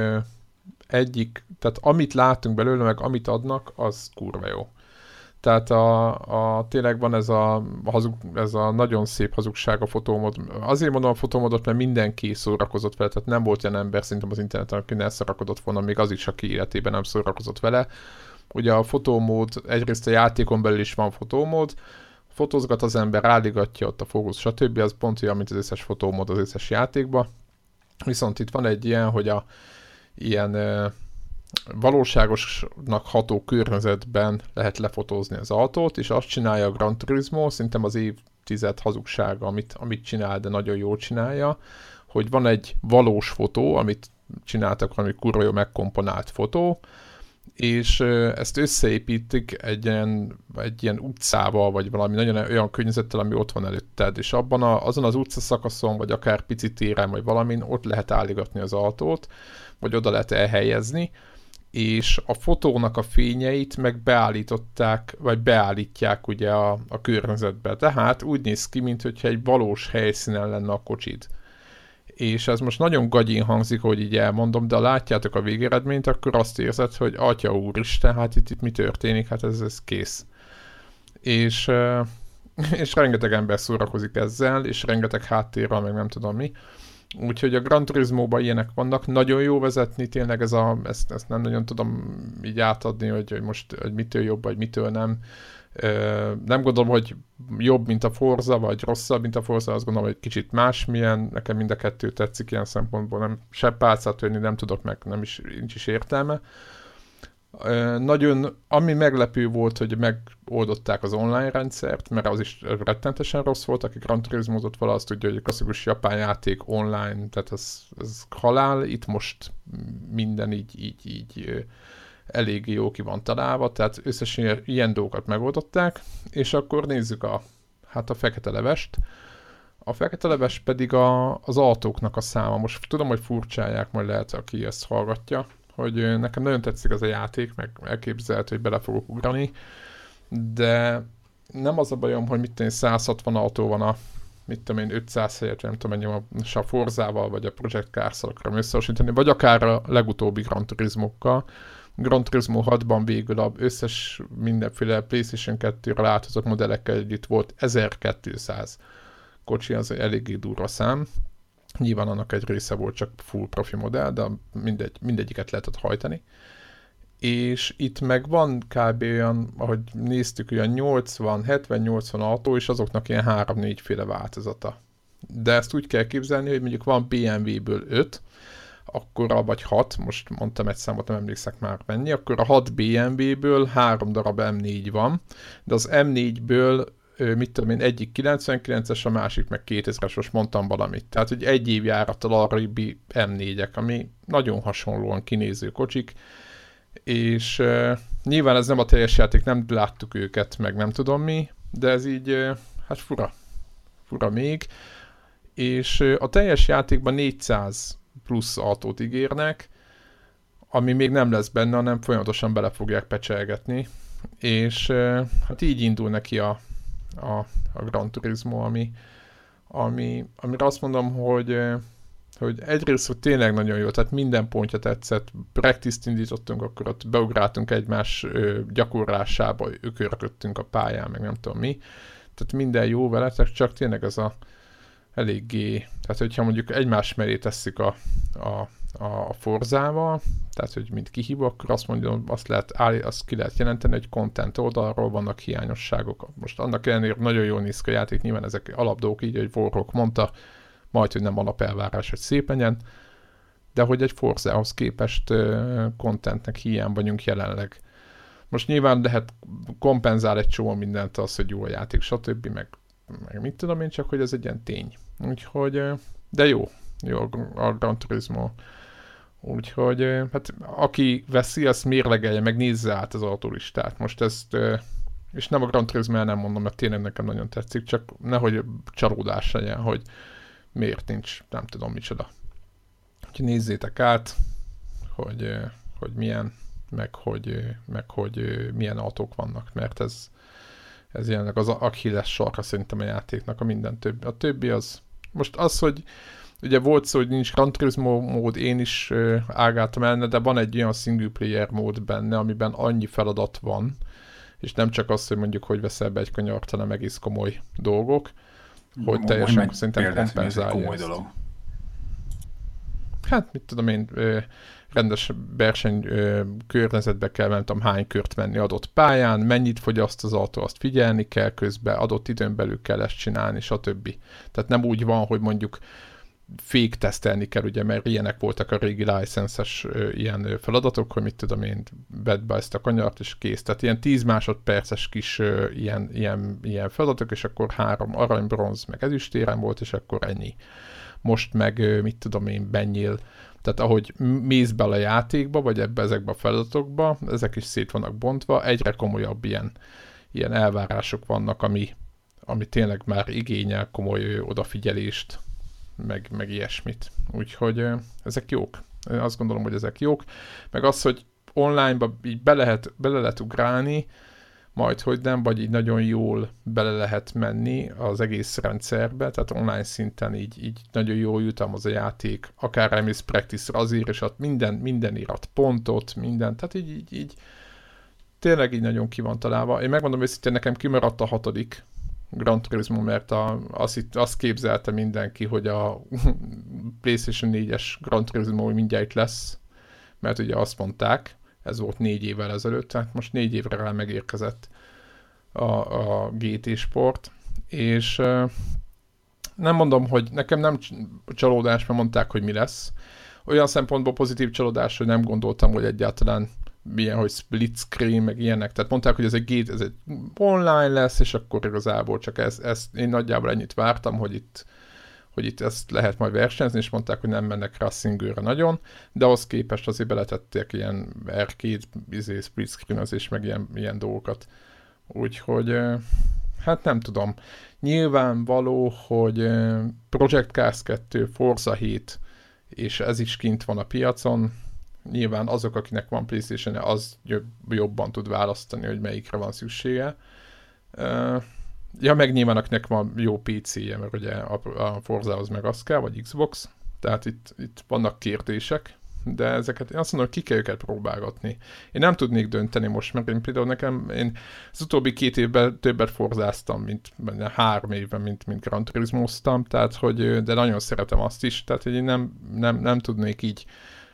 tehát amit látunk belőle, meg amit adnak, az kurva jó. Tehát tényleg van ez a nagyon szép hazugság a fotómód. Azért mondom a fotómódot, mert mindenki szórakozott vele, tehát nem volt olyan ember szerintem az interneten, aki ne szórakozott volna, még az is, aki életében nem szórakozott vele. Ugye a fotómód, egyrészt a játékon belül is van fotómód, fotózgat az ember, álligatja ott a fókusz, stb. Az pont olyan, mint az összes fotómód az összes játékban. Viszont itt van egy ilyen, hogy ilyen valóságosnak ható környezetben lehet lefotózni az autót, és azt csinálja a Gran Turismo, szerintem az évtized hazugsága, amit csinál, de nagyon jól csinálja, hogy van egy valós fotó, amit csináltak, valami kurva jó megkomponált fotó, és ezt összeépítik egy ilyen utcával, vagy valami nagyon olyan környezettel, ami ott van előtted, és azon az utcaszakaszon, vagy akár pici téren, vagy valamin ott lehet álligatni az autót, vagy oda lehet elhelyezni, és a fotónak a fényeit meg beállították, vagy beállítják ugye a környezetbe. Tehát úgy néz ki, mintha egy valós helyszínen lenne a kocsid. És ez most nagyon gagyin hangzik, hogy így elmondom, de ha látjátok a végeredményt, akkor azt érzed, hogy atya úristen, hát itt mi történik, hát ez kész. És rengeteg ember szórakozik ezzel, és rengeteg háttérrel, meg nem tudom mi. Úgyhogy a Gran Turismo-ban ilyenek vannak, nagyon jó vezetni, tényleg ezt nem nagyon tudom így átadni, hogy most hogy mitől jobb, vagy mitől nem. Nem gondolom, hogy jobb, mint a Forza, vagy rosszabb, mint a Forza, azt gondolom, hogy kicsit másmilyen, nekem mind a kettő tetszik ilyen szempontból, nem se pálcát venni, nem tudok meg, nincs is értelme. Nagyon, ami meglepő volt, hogy megoldották az online rendszert, mert az is rettentesen rossz volt, aki Gran Turismo-zott vala, azt tudja, hogy a klasszikus japán játék online, tehát ez halál, itt most minden így eléggé jó ki van találva, tehát összesen ilyen dolgokat megoldották, és akkor nézzük a fekete levest. A fekete leves pedig az autóknak a száma. Most tudom, hogy furcsálják, majd lehet, aki ezt hallgatja, hogy nekem nagyon tetszik az a játék, meg elképzelhető, hogy bele fogok ugrani, de nem az a bajom, hogy 160 autó van 500 helyett, nem tudom mennyi a Forzával, vagy a Project Cars-szal akarom összehasonlítani, vagy akár a legutóbbi Gran Turismo-kkal. Gran Turismo 6-ban végül az összes mindenféle PlayStation 2-re láthatott modellekkel együtt volt 1200 kocsi, az eléggé durva szám. Nyilván annak egy része volt csak full profi modell, de mindegyiket lehetett hajtani. És itt meg van kb. Olyan, ahogy néztük, olyan 70-80 autó, és azoknak ilyen 3-4 féle változata. De ezt úgy kell képzelni, hogy mondjuk van BMW-ből 5, akkor vagy 6, most mondtam egy számot, nem emlékszek már mennyi, akkor a 6 BMW-ből 3 darab M4 van, de az M4-ből egyik 99-es, a másik meg 2000-es, most mondtam valamit. Tehát, hogy egy év járattal arrébbi M4-ek, ami nagyon hasonlóan kinéző kocsik, és nyilván ez nem a teljes játék, nem láttuk őket, meg nem tudom mi, de ez így, fura még, és a teljes játékban 400 plusz autót ígérnek, ami még nem lesz benne, hanem folyamatosan bele fogják pecselgetni, és hát így indul neki a Gran Turismo, amire azt mondom, hogy egyrészt hogy tényleg nagyon jó, tehát minden pontja tetszett, practice-t indítottunk, akkor ott beugráltunk egymás gyakorlásába, ökörködtünk a pályán, meg nem tudom mi, tehát minden jó vele, csak tényleg ez eléggé, tehát hogyha mondjuk egymás mellé tesszük a Forzával, tehát hogy mint kihívó, akkor azt mondom, azt ki lehet jelenteni, hogy content oldalról vannak hiányosságok. Most annak ellenére nagyon jól néz ki a játék, nyilván ezek alapdolgok így, hogy Warhawk mondta, majd, hogy nem alapelvárás, hogy szép legyen, de hogy egy Forzához képest contentnek hiány vagyunk jelenleg. Most nyilván lehet kompenzál egy csomó mindent az, hogy jó a játék, stb. Meg mit tudom én, csak hogy ez egy ilyen tény. Úgyhogy, de jó a Gran Turismo. Úgyhogy hát aki veszi, azt mérlegelje, meg nézze át az autólistát. Most ezt, és nem a Gran Turismo, nem mondom, mert tényleg nekem nagyon tetszik, csak nehogy csalódás legyen, hogy miért nincs, nem tudom micsoda. Úgyhogy nézzétek át, hogy milyen, meg hogy milyen autók vannak, mert ez jelenleg az Achilles sarka szerintem a játéknak, a minden többi. A többi az, most az, hogy ugye volt szó, hogy nincs Gran Turismo mód, én is ágáltam ellene, de van egy olyan single player mód benne, amiben annyi feladat van, és nem csak az, hogy mondjuk, hogy veszel be egy kanyart, hanem egész komoly dolgok, hogy teljesen szerintem kompenzálja ezt. Dolog. Hát, mit tudom én, rendes verseny környezetbe kell, nem tudom hány kört menni adott pályán, mennyit fogyaszt az autó, azt figyelni kell közben, adott időn belül kell ezt csinálni, stb. Tehát nem úgy van, hogy mondjuk fake tesztelni kell, ugye, mert ilyenek voltak a régi licenses ilyen feladatok, hogy mit tudom én, vedd be ezt a kanyart, és kész. Tehát ilyen 10 másodperces kis ilyen feladatok, és akkor 3 arany, bronz, meg ezüstérem volt, és akkor ennyi. Most meg, mit tudom én, bennyél. Tehát ahogy mész bele a játékba, vagy ezekbe a feladatokba, ezek is szét vannak bontva, egyre komolyabb ilyen elvárások vannak, ami tényleg már igényel komoly odafigyelést, meg ilyesmit. Úgyhogy ezek jók. Én azt gondolom, hogy ezek jók. Meg az, hogy online-ba így bele lehet ugrálni, majd hogy nem, vagy így nagyon jól bele lehet menni az egész rendszerbe, tehát online szinten így nagyon jól jutalmaz a játék, akár elmész practice-ra azért, és ott minden irat pontot, minden, tehát így tényleg így nagyon ki van találva. Én megmondom őszintén, nekem kimaradt a 6. Gran Turismo, mert azt képzelte mindenki, hogy a PlayStation 4-es Gran Turismo mindjárt lesz, mert ugye azt mondták, ez volt 4 évvel ezelőtt, tehát most 4 évre rá megérkezett a GT Sport, és nem mondom, hogy nekem nem csalódás, mert mondták, hogy mi lesz. Olyan szempontból pozitív csalódás, hogy nem gondoltam, hogy egyáltalán milyen, hogy split screen, meg ilyenek. Tehát mondták, hogy ez egy online lesz, és akkor igazából csak ezt én nagyjából ennyit vártam, hogy itt ezt lehet majd versenyezni, és mondták, hogy nem mennek rá a single-re nagyon, de ahhoz képest azért beletették ilyen arcade, split screen-ezés, meg ilyen dolgokat. Úgyhogy, hát nem tudom. Nyilvánvaló, hogy Project Cars 2, Forza 7, és ez is kint van a piacon. Nyilván azok, akinek van PlayStation, az jobban tud választani, hogy melyikre van szüksége. Ja, meg nyilván akinek van jó PC-je, mert ugye a Forzához meg az kell, vagy Xbox. Tehát itt vannak kérdések, de ezeket én azt mondom, hogy ki kell őket próbálgatni. Én nem tudnék dönteni most, mert én például én az utóbbi 2 évben többet forzáztam, mint 3 évben, mint Gran Turismo-ztam, tehát de nagyon szeretem azt is, tehát hogy én nem tudnék így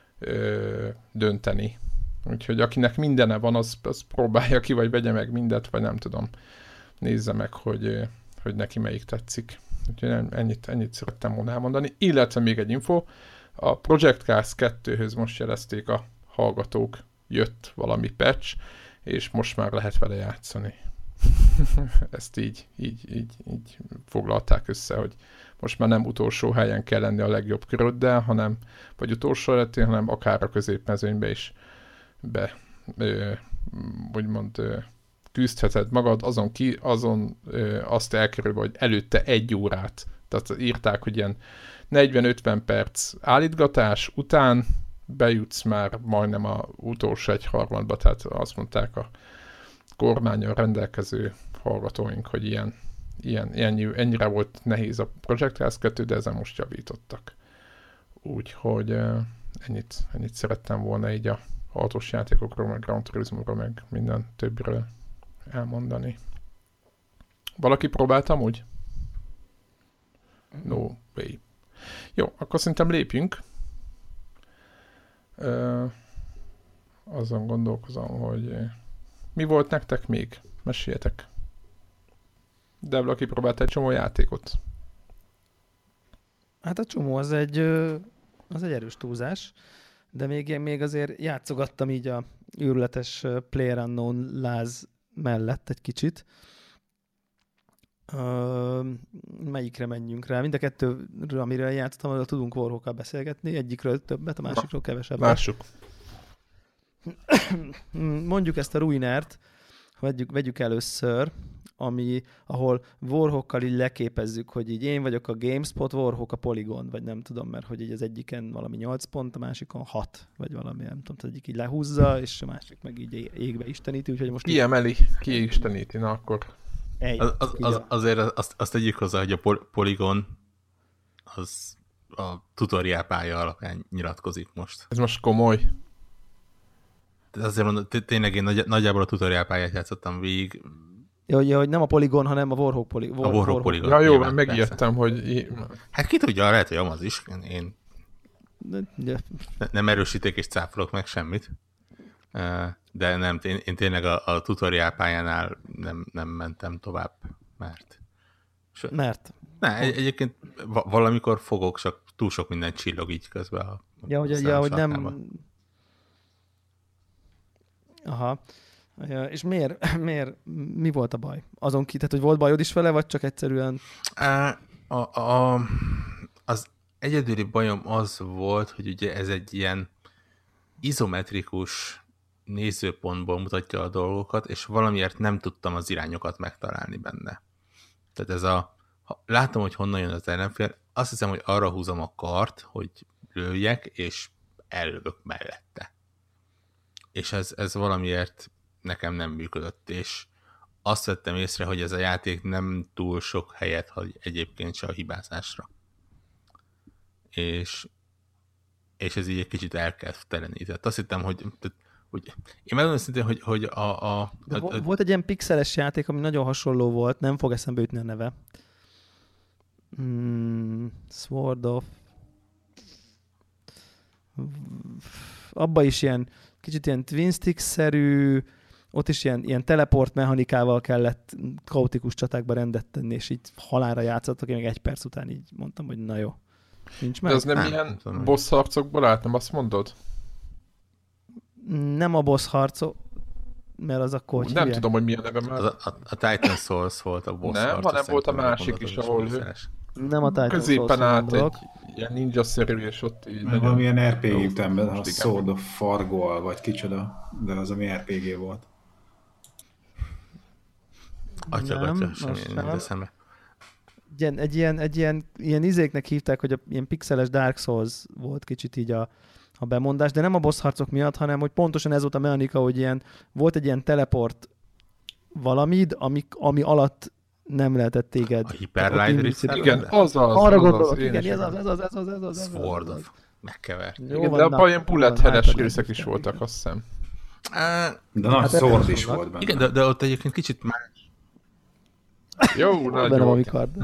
dönteni. Úgyhogy akinek mindene van, az próbálja ki, vagy vegye meg mindet, vagy nem tudom. Nézze meg, hogy neki melyik tetszik. Úgyhogy ennyit szerettem volna elmondani. Illetve még egy info, a Project Cars 2-höz most jelezték a hallgatók, jött valami patch, és most már lehet vele játszani. Ezt így foglalták össze, hogy most már nem utolsó helyen kell lenni a legjobb köröddel, vagy utolsó előttén, hanem akár a középmezőnybe is úgymond küzdheted magad, azt elkerülve, hogy előtte 1 órát, tehát írták, hogy ilyen 40-50 perc állítgatás után bejutsz már majdnem a utolsó 1/3-ba, tehát azt mondták a kormányon rendelkező hallgatóink, hogy ennyire volt nehéz a Project Cars 2, de ezen most javítottak. Úgyhogy ennyit szerettem volna így a autós játékokról, meg Gran Turismo-ról, meg minden többiről elmondani. Valaki próbáltam úgy? No way. Jó, akkor szerintem lépjünk. Azon gondolkozom, hogy mi volt nektek még? Meséljetek. De valaki próbált egy csomó játékot. Hát a csomó az egy erős túlzás, de még azért játszogattam így a őrületes PlayerUnknown láz mellett egy kicsit. Melyikre menjünk rá? Mind a kettőről, amire játszottam, arra tudunk Warhawkkal beszélgetni. Egyikről többet, a másikról kevesebbet. Lássuk. Mondjuk ezt a Ruinert, vegyük először, ahol Warhawkkal így leképezzük, hogy így én vagyok a GameSpot, Warhawk a Polygon, vagy nem tudom, mert hogy így az egyiken valami 8 pont, a másikon 6, vagy valami, nem tudom, az egyik így lehúzza, és a másik meg így égbe isteníti, úgyhogy most... Ki isteníti, na akkor... Azért azt tegyük hozzá, hogy a Polygon az a tutoriál pálya alapján nyilatkozik most. Ez most komoly. Azért mondom, tényleg én nagyjából a tutoriál pályát játszottam végig. Ja, hogy nem a Polygon, hanem a Warhawk Polygon. A Warhawk Polygon. Ja, jó, megijedtem, hogy... Hát ki tudja, lehet, hogy amaz is. Én nem erősíték és cáfolok meg semmit. De nem, én tényleg a tutoriál pályánál nem mentem tovább, mert... Egyébként valamikor fogok, csak túl sok minden csillog így közben. Hogy nem... Aha. És miért, mi volt a baj? Azon ki, tehát, hogy volt bajod is vele, vagy csak egyszerűen... Az egyedüli bajom az volt, hogy ugye ez egy ilyen izometrikus nézőpontból mutatja a dolgokat, és valamiért nem tudtam az irányokat megtalálni benne. Tehát látom, hogy honnan jön az ellenfél, azt hiszem, hogy arra húzom a kart, hogy lőjek, és ellövök mellette. És ez valamiért nekem nem működött, és azt vettem észre, hogy ez a játék nem túl sok helyet hagy egyébként se a hibázásra. És ez így egy kicsit elkedvtelenített. Azt hittem, hogy én megmondom szintén, hogy volt egy ilyen pixeles játék, ami nagyon hasonló volt, nem fog eszembe jutni a neve. Sword of... Abba is ilyen kicsit ilyen twin stick-szerű, ott is ilyen teleport mechanikával kellett kaotikus csatákba rendet tenni, és így halálra játszottak, én még 1 perc után így mondtam, hogy na jó. Nincs meg? De az nem ilyen boss harcokból állt, nem azt mondod? Nem a boss harcok, mert az akkor hogy nem hívják? Tudom, hogy mi a neve már. A Titan Souls volt a boss harc. Nem, hanem volt a másik is, ahol nem a Titan középen állt egy ilyen ninja-szerű, és ott így... Meg valamilyen RPG ütemben, a Sword of Fargol, vagy kicsoda, de az ami RPG volt. Atya, semmi nem eszembe. Egy ilyen izéknek hívták, hogy ilyen pixeles Dark Souls volt kicsit így a bemondás, de nem a boss harcok miatt, hanem hogy pontosan ez volt a mechanika, hogy volt egy ilyen teleport valamid, ami alatt nem lehetett téged. A Hyperlight Rift? Igen, az. Arra gondolok, igen, ez az. Sword of megkevert. Igen, de abban ilyen bullet head-es részek is voltak, azt hiszem. De nagy Sword is volt benne. Igen, de ott egyébként kicsit más. Jó, nagyon.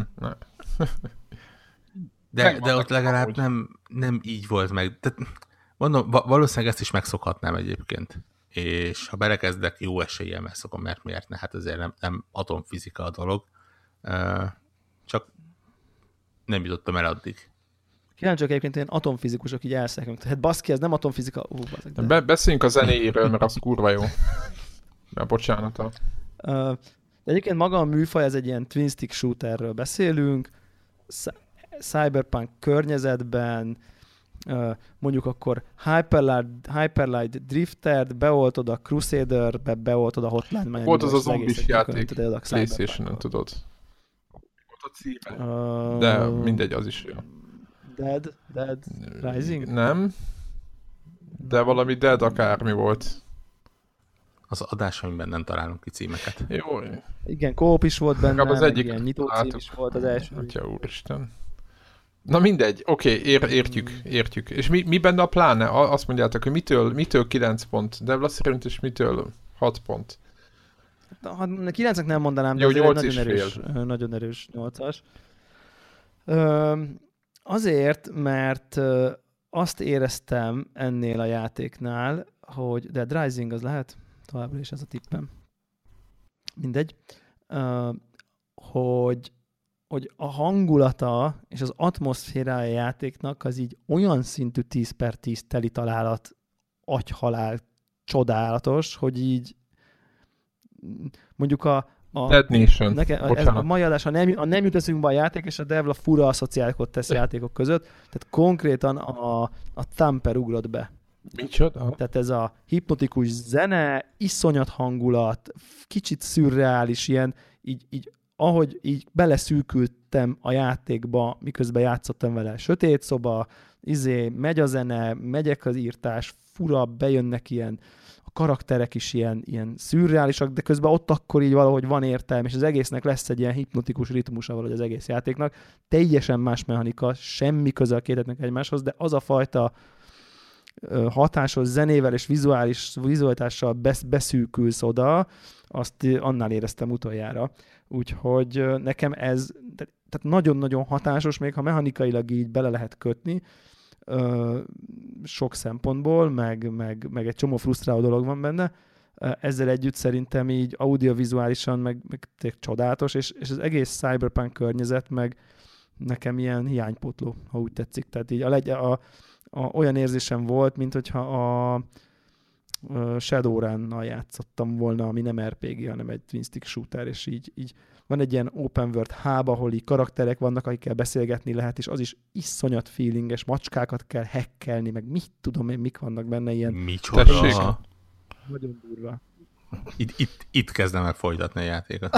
De ott legalább nem így volt meg. Tehát, mondom, valószínűleg ezt is megszokhatnám egyébként. És ha belekezdek, jó eséllyel megszokom, mert miért ne? Hát azért nem atomfizika a dolog. Csak nem jutottam el addig. Kíváncsiak egyébként ilyen atomfizikusok így elszállnak. Tehát baszki, ez nem atomfizika. Beszéljünk a zenéjéről, mert az kurva jó. Mert bocsánat. De egyébként maga a műfaj, ez egy ilyen twin stick shooterről beszélünk, cyberpunk környezetben, mondjuk akkor Hyperlight Drifter-t, beoltod a Crusader-be, beoltod a Hotline. Volt az a zombis játék, PlayStation-on tudod. Volt a címe. De mindegy, az is jó. Dead Rising? Nem. De valami Dead akármi volt. Az adás, amiben nem találunk ki címeket. Jó. Igen, kóp is volt benne, az egyik ilyen nyitó cím is volt az első. Atya úristen. Na mindegy, oké, értjük. És mi benne a pláne? Azt mondjátok, hogy mitől 9 pont? Devla szerint és mitől 6 pont? 9-nek nem mondanám, de jó, nagyon erős 8-as. Azért, mert azt éreztem ennél a játéknál, hogy Dead Rising az lehet, továbbra is ez a tippem. Mindegy. Hogy a hangulata és az atmoszférája játéknak az így olyan szintű 10/10 teli találat, agyhalál, csodálatos, hogy így mondjuk Dead Nation. A mai adás, ha nem jut eszünkbe a játék, és a Devla fura asszociációt tesz játékok között, tehát konkrétan a Thumper ugrott be. Micsoda? Tehát ez a hipnotikus zene, iszonyat hangulat, kicsit szürreális ilyen, így ahogy így beleszűkültem a játékba, miközben játszottam vele, sötét szoba, megy a zene, megyek az írtás, fura, bejönnek ilyen, a karakterek is ilyen szürreálisak, de közben ott akkor így valahogy van értelme, és az egésznek lesz egy ilyen hipnotikus ritmusa valahogy az egész játéknak. Teljesen más mechanika, semmi köze a kétetnek egymáshoz, de az a fajta hatásos zenével és vizualitással beszűkülsz oda, azt annál éreztem utoljára. Úgyhogy nekem ez tehát nagyon-nagyon hatásos, még ha mechanikailag így bele lehet kötni, sok szempontból, meg egy csomó frusztráló dolog van benne. Ezzel együtt szerintem így audiovizuálisan meg tényleg csodálatos, és az egész cyberpunk környezet meg nekem ilyen hiánypótló, ha úgy tetszik. Tehát így olyan érzésem volt, mint hogyha a Shadowrun-nal játszottam volna, ami nem RPG, hanem egy twin stick shooter, és így van egy ilyen open world hub, ahol így karakterek vannak, akikkel beszélgetni lehet, és az is iszonyat feelinges, macskákat kell hackelni, meg mit tudom én, mik vannak benne ilyen. Micsoda? Nagyon durva. Itt kezdem el folytatni a játékot.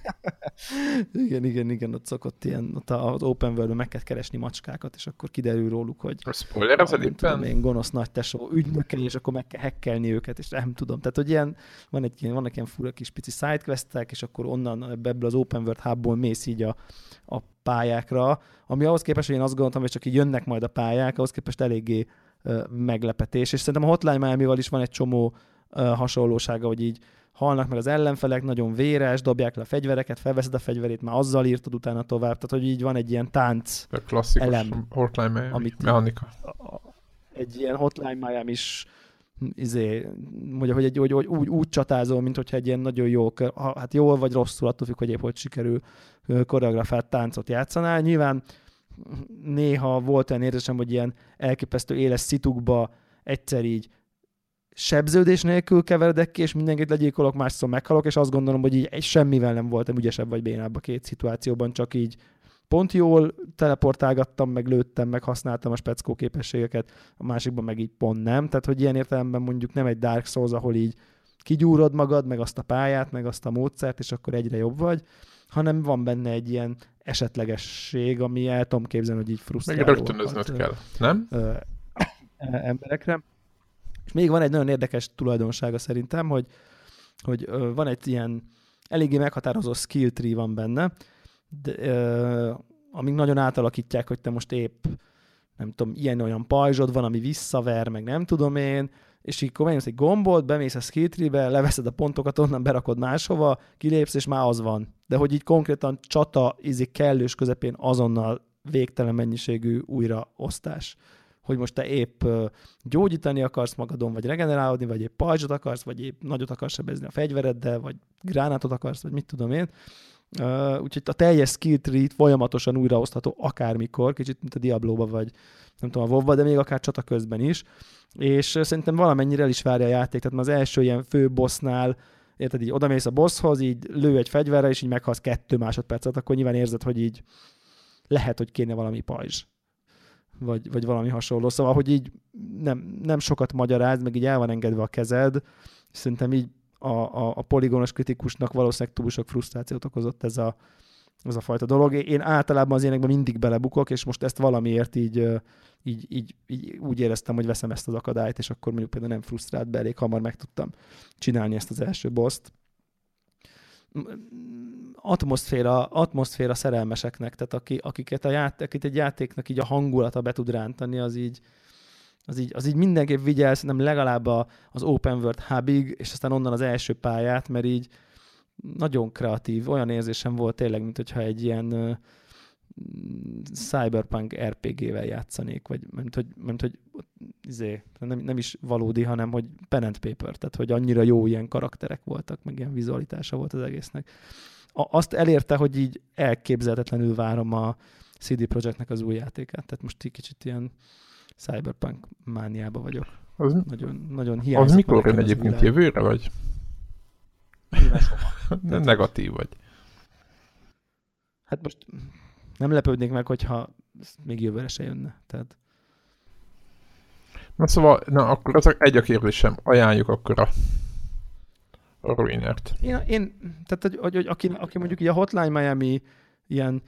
Igen, ott szokott ilyen, ott az open world-ben meg kell keresni macskákat, és akkor kiderül róluk, hogy a spoiler az tudom én, gonosz nagy tesó ügynökei, és akkor meg kell hackelni őket, és nem tudom. Tehát, hogy ilyen, vannak ilyen fura kis pici sidequestek, és akkor onnan ebből az open world hubból mész így a pályákra, ami ahhoz képest, hogy én azt gondoltam, hogy csak így jönnek majd a pályák, ahhoz képest eléggé meglepetés. És szerintem a Hotline Miami-val is van egy csomó hasonlósága, hogy így halnak meg az ellenfelek, nagyon véres, dobják le a fegyvereket, felveszed a fegyverét, már azzal írtad utána tovább, tehát hogy így van egy ilyen tánc a klasszikus elem, Hotline mechanika. Egy ilyen Hotline Miami is mondja, hogy úgy csatázol, mint hogyha egy ilyen nagyon jó, hát jól vagy rosszul, attól függ, hogy épp hogy sikerül koreografált táncot játszanál. Nyilván néha volt olyan érzésem, hogy ilyen elképesztő éles szitukba egyszer így sebződés nélkül keveredek ki, és mindenkit legyilkolok, másszor meghalok, és azt gondolom, hogy így semmivel nem voltam ügyesebb vagy bénább a két szituációban, csak így pont jól teleportálgattam, meg lőttem, meg használtam a speckó képességeket, a másikban meg így pont nem. Tehát, hogy ilyen értelemben mondjuk nem egy Dark Souls, ahol így kigyúrod magad, meg azt a pályát, meg azt a módszert, és akkor egyre jobb vagy, hanem van benne egy ilyen esetlegesség, ami el tudom képzelni, hogy így frusztráló. Meg rögtönöznöd kell, nem? Emberekre. És még van egy nagyon érdekes tulajdonsága szerintem, hogy van egy ilyen eléggé meghatározó skill tree van benne, amik nagyon átalakítják, hogy te most épp, nem tudom, ilyen-olyan pajzsod van, ami visszaver, meg nem tudom én, és így megnyomsz egy gombot, bemész a skill tree-be, leveszed a pontokat, onnan berakod máshova, kilépsz, és már az van. De hogy így konkrétan csata kellős közepén azonnal végtelen mennyiségű újraosztás. Hogy most te épp gyógyítani akarsz magadon, vagy regenerálódni, vagy épp pajzsot akarsz, vagy épp nagyot akarsz sebezni a fegyvereddel, vagy gránátot akarsz, vagy mit tudom én. Úgyhogy a teljes skill tree folyamatosan újraosztható akármikor, kicsit mint a Diablo-ba, vagy nem tudom, a WoW-ba, de még akár csata közben is. És szerintem valamennyire el is várja a játék, tehát az első ilyen fő bossnál, érted, így odamész a bosshoz, így lő egy fegyverre, és így meghalsz 2 másodpercet, akkor nyilván érzed, hogy így lehet, hogy kéne valami pajzs. Vagy valami hasonló. Szóval, hogy így nem sokat magyaráz, meg így el van engedve a kezed. Szerintem így a poligonos kritikusnak valószínűleg túl sok frusztrációt okozott ez a fajta dolog. Én általában az ilyenekben mindig belebukok, és most ezt valamiért így úgy éreztem, hogy veszem ezt az akadályt, és akkor mondjuk például nem frusztrált be, elég hamar meg tudtam csinálni ezt az első boszt. Atmoszféra szerelmeseknek, tehát akit egy játéknak így a hangulata be tud rántani, az így mindenképp vigyel, szerintem legalább az Open World hubig, és aztán onnan az első pályát, mert így nagyon kreatív, olyan érzésem volt tényleg, mint hogyha egy ilyen cyberpunk RPG-vel játszanék, vagy mert hogy nem is valódi, hanem hogy pen and paper, tehát hogy annyira jó ilyen karakterek voltak, meg ilyen vizualitása volt az egésznek. Azt elérte, hogy így elképzelhetetlenül várom a CD Projektnek az új játékát, tehát most így kicsit ilyen cyberpunk mániába vagyok. Nagyon hiányzik. Az mikor jön egyébként, jövőre vagy? nyilván soha. Nem negatív vagy. Hát most nem lepődnék meg, hogyha még jövőre se jönne. Tehát... Na szóval, akkor az egy a kérdésem. Ajánljuk akkor a Ruinert. Tehát, hogy aki mondjuk így a Hotline Miami ilyen,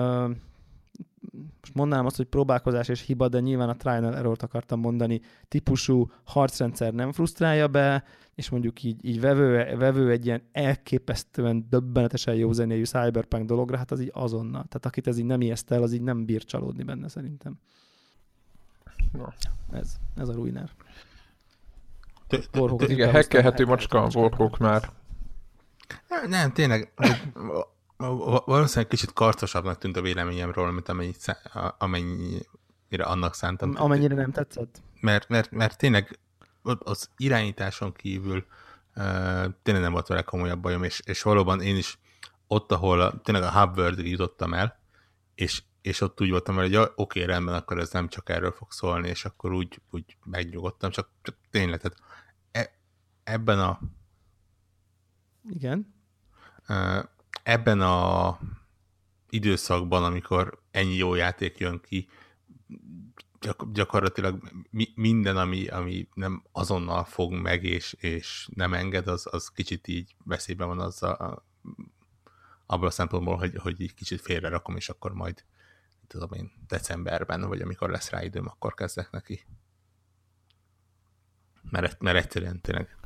most mondanám azt, hogy próbálkozás és hiba, de nyilván a trial and error-t akartam mondani, típusú harcrendszer nem frusztrálja be, és mondjuk így vevő egy ilyen elképesztően döbbenetesen jó zenéjű cyberpunk dologra, hát az így azonnal. Tehát akit ez így nem ijeszt el, az így nem bír csalódni benne szerintem. No. Ez a Ruiner. Igen, hackelhető macska a Warhawk már. Nem, tényleg, valószínűleg kicsit karcosabbnak tűnt a véleményemről, mint amennyire annak szántam. Amennyire nem tetszett. Mert tényleg az irányításon kívül tényleg nem volt vele komolyabb bajom, és valóban én is ott, ahol tényleg a Hubworld-ig jutottam el, és ott úgy voltam, hogy oké, rendben, akkor ez nem csak erről fog szólni, és akkor úgy megnyugodtam, csak tényleg, tehát ebben a igen. Ebben a időszakban, amikor ennyi jó játék jön ki, gyakorlatilag minden, ami nem azonnal fog meg, és nem enged, az kicsit így veszélyben van abban a szempontból, hogy így kicsit félre rakom, és akkor majd tudom én, decemberben, vagy amikor lesz rá időm, akkor kezdek neki. Mert egyszerűen tényleg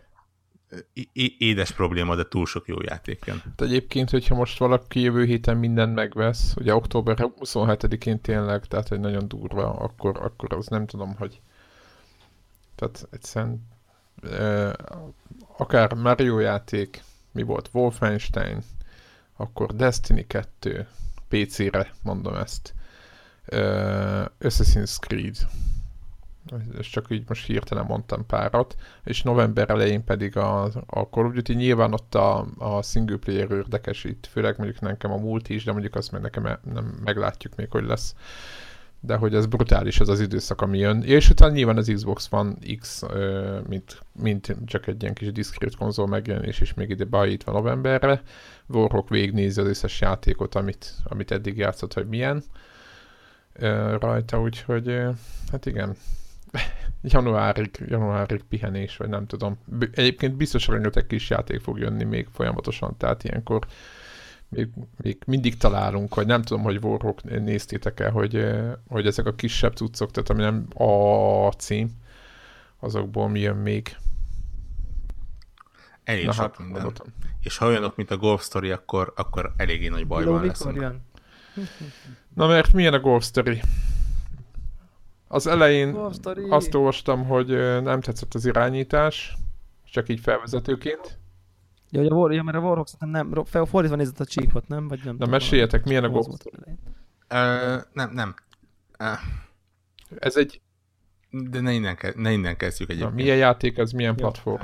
édes probléma, de túl sok jó játék jön. Hát egyébként, hogyha most valaki jövő héten mindent megvesz, ugye október 27-én tényleg, tehát hogy nagyon durva, akkor az nem tudom, hogy tehát egyszerűen akár Mario játék, mi volt, Wolfenstein, akkor Destiny 2, PC-re mondom ezt, Assassin's Creed, és csak így most hirtelen mondtam párat, és november elején pedig a Call of Duty, nyilván ott a single player érdekes itt, főleg mondjuk nekem a multi is, de mondjuk azt meg nekem nem meglátjuk még, hogy lesz. De hogy ez brutális az időszak, ami jön. És utána nyilván az Xbox One X, mint csak egy ilyen kis diszkrét konzol megjelenés, és még ide beállítva novemberre. Warhawk végignézi az összes játékot, amit eddig játszott, hogy milyen rajta, úgyhogy hát igen. januárig pihenés, vagy nem tudom. Egyébként biztos rengeteg kis játék fog jönni még folyamatosan, tehát ilyenkor még mindig találunk, vagy nem tudom, hogy Warhawk néztétek el, hogy ezek a kisebb cuccok, tehát ami nem a cím, azokból mi jön még. Elég sok minden. Mondottam. És ha olyanok, mint a Golf Story, akkor eléggé nagy bajban leszünk. Na mert milyen a Golf Story? Az elején azt olvastam, hogy nem tetszett az irányítás, csak így felvezetőként. Mert a Warhawk szerintem nem, fordítva nézett a csíkot, nem? Vagy nem. Na meséljetek, milyen a Golf Story? Nem. Ez egy... De ne innen kezdjük egyébként. Milyen játék ez, milyen platform?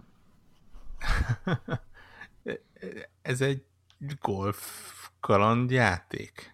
Ez egy golf kalandjáték.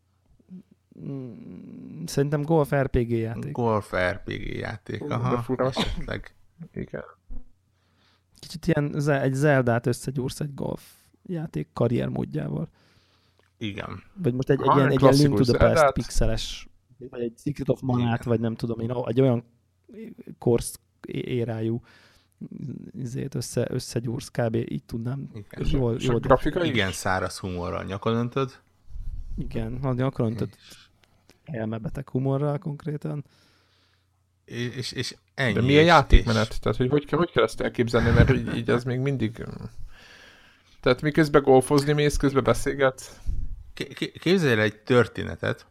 Szerintem golf RPG játék. Golf RPG játék, aha. Esetleg. Igen. Kicsit ilyen egy Zeldát összegyúrsz egy golf játék karriermódjával. Igen. Vagy most egy ilyen Link to the Past pixeles, vagy egy Secret of Manát, vagy nem tudom én, egy olyan korsz érájú összegyúrsz, kb. Így tudnám. Jól grafika? Igen, száraz humorral nyakon öntöd. Igen, nyakon öntöd elmebeteg humorral konkrétan. És ennyi. De milyen játékmenet? Tehát, hogy kell ezt elképzelni, mert így ez még mindig... Tehát miközben golfozni mész, közben beszélgetsz? Képzelj egy történetet,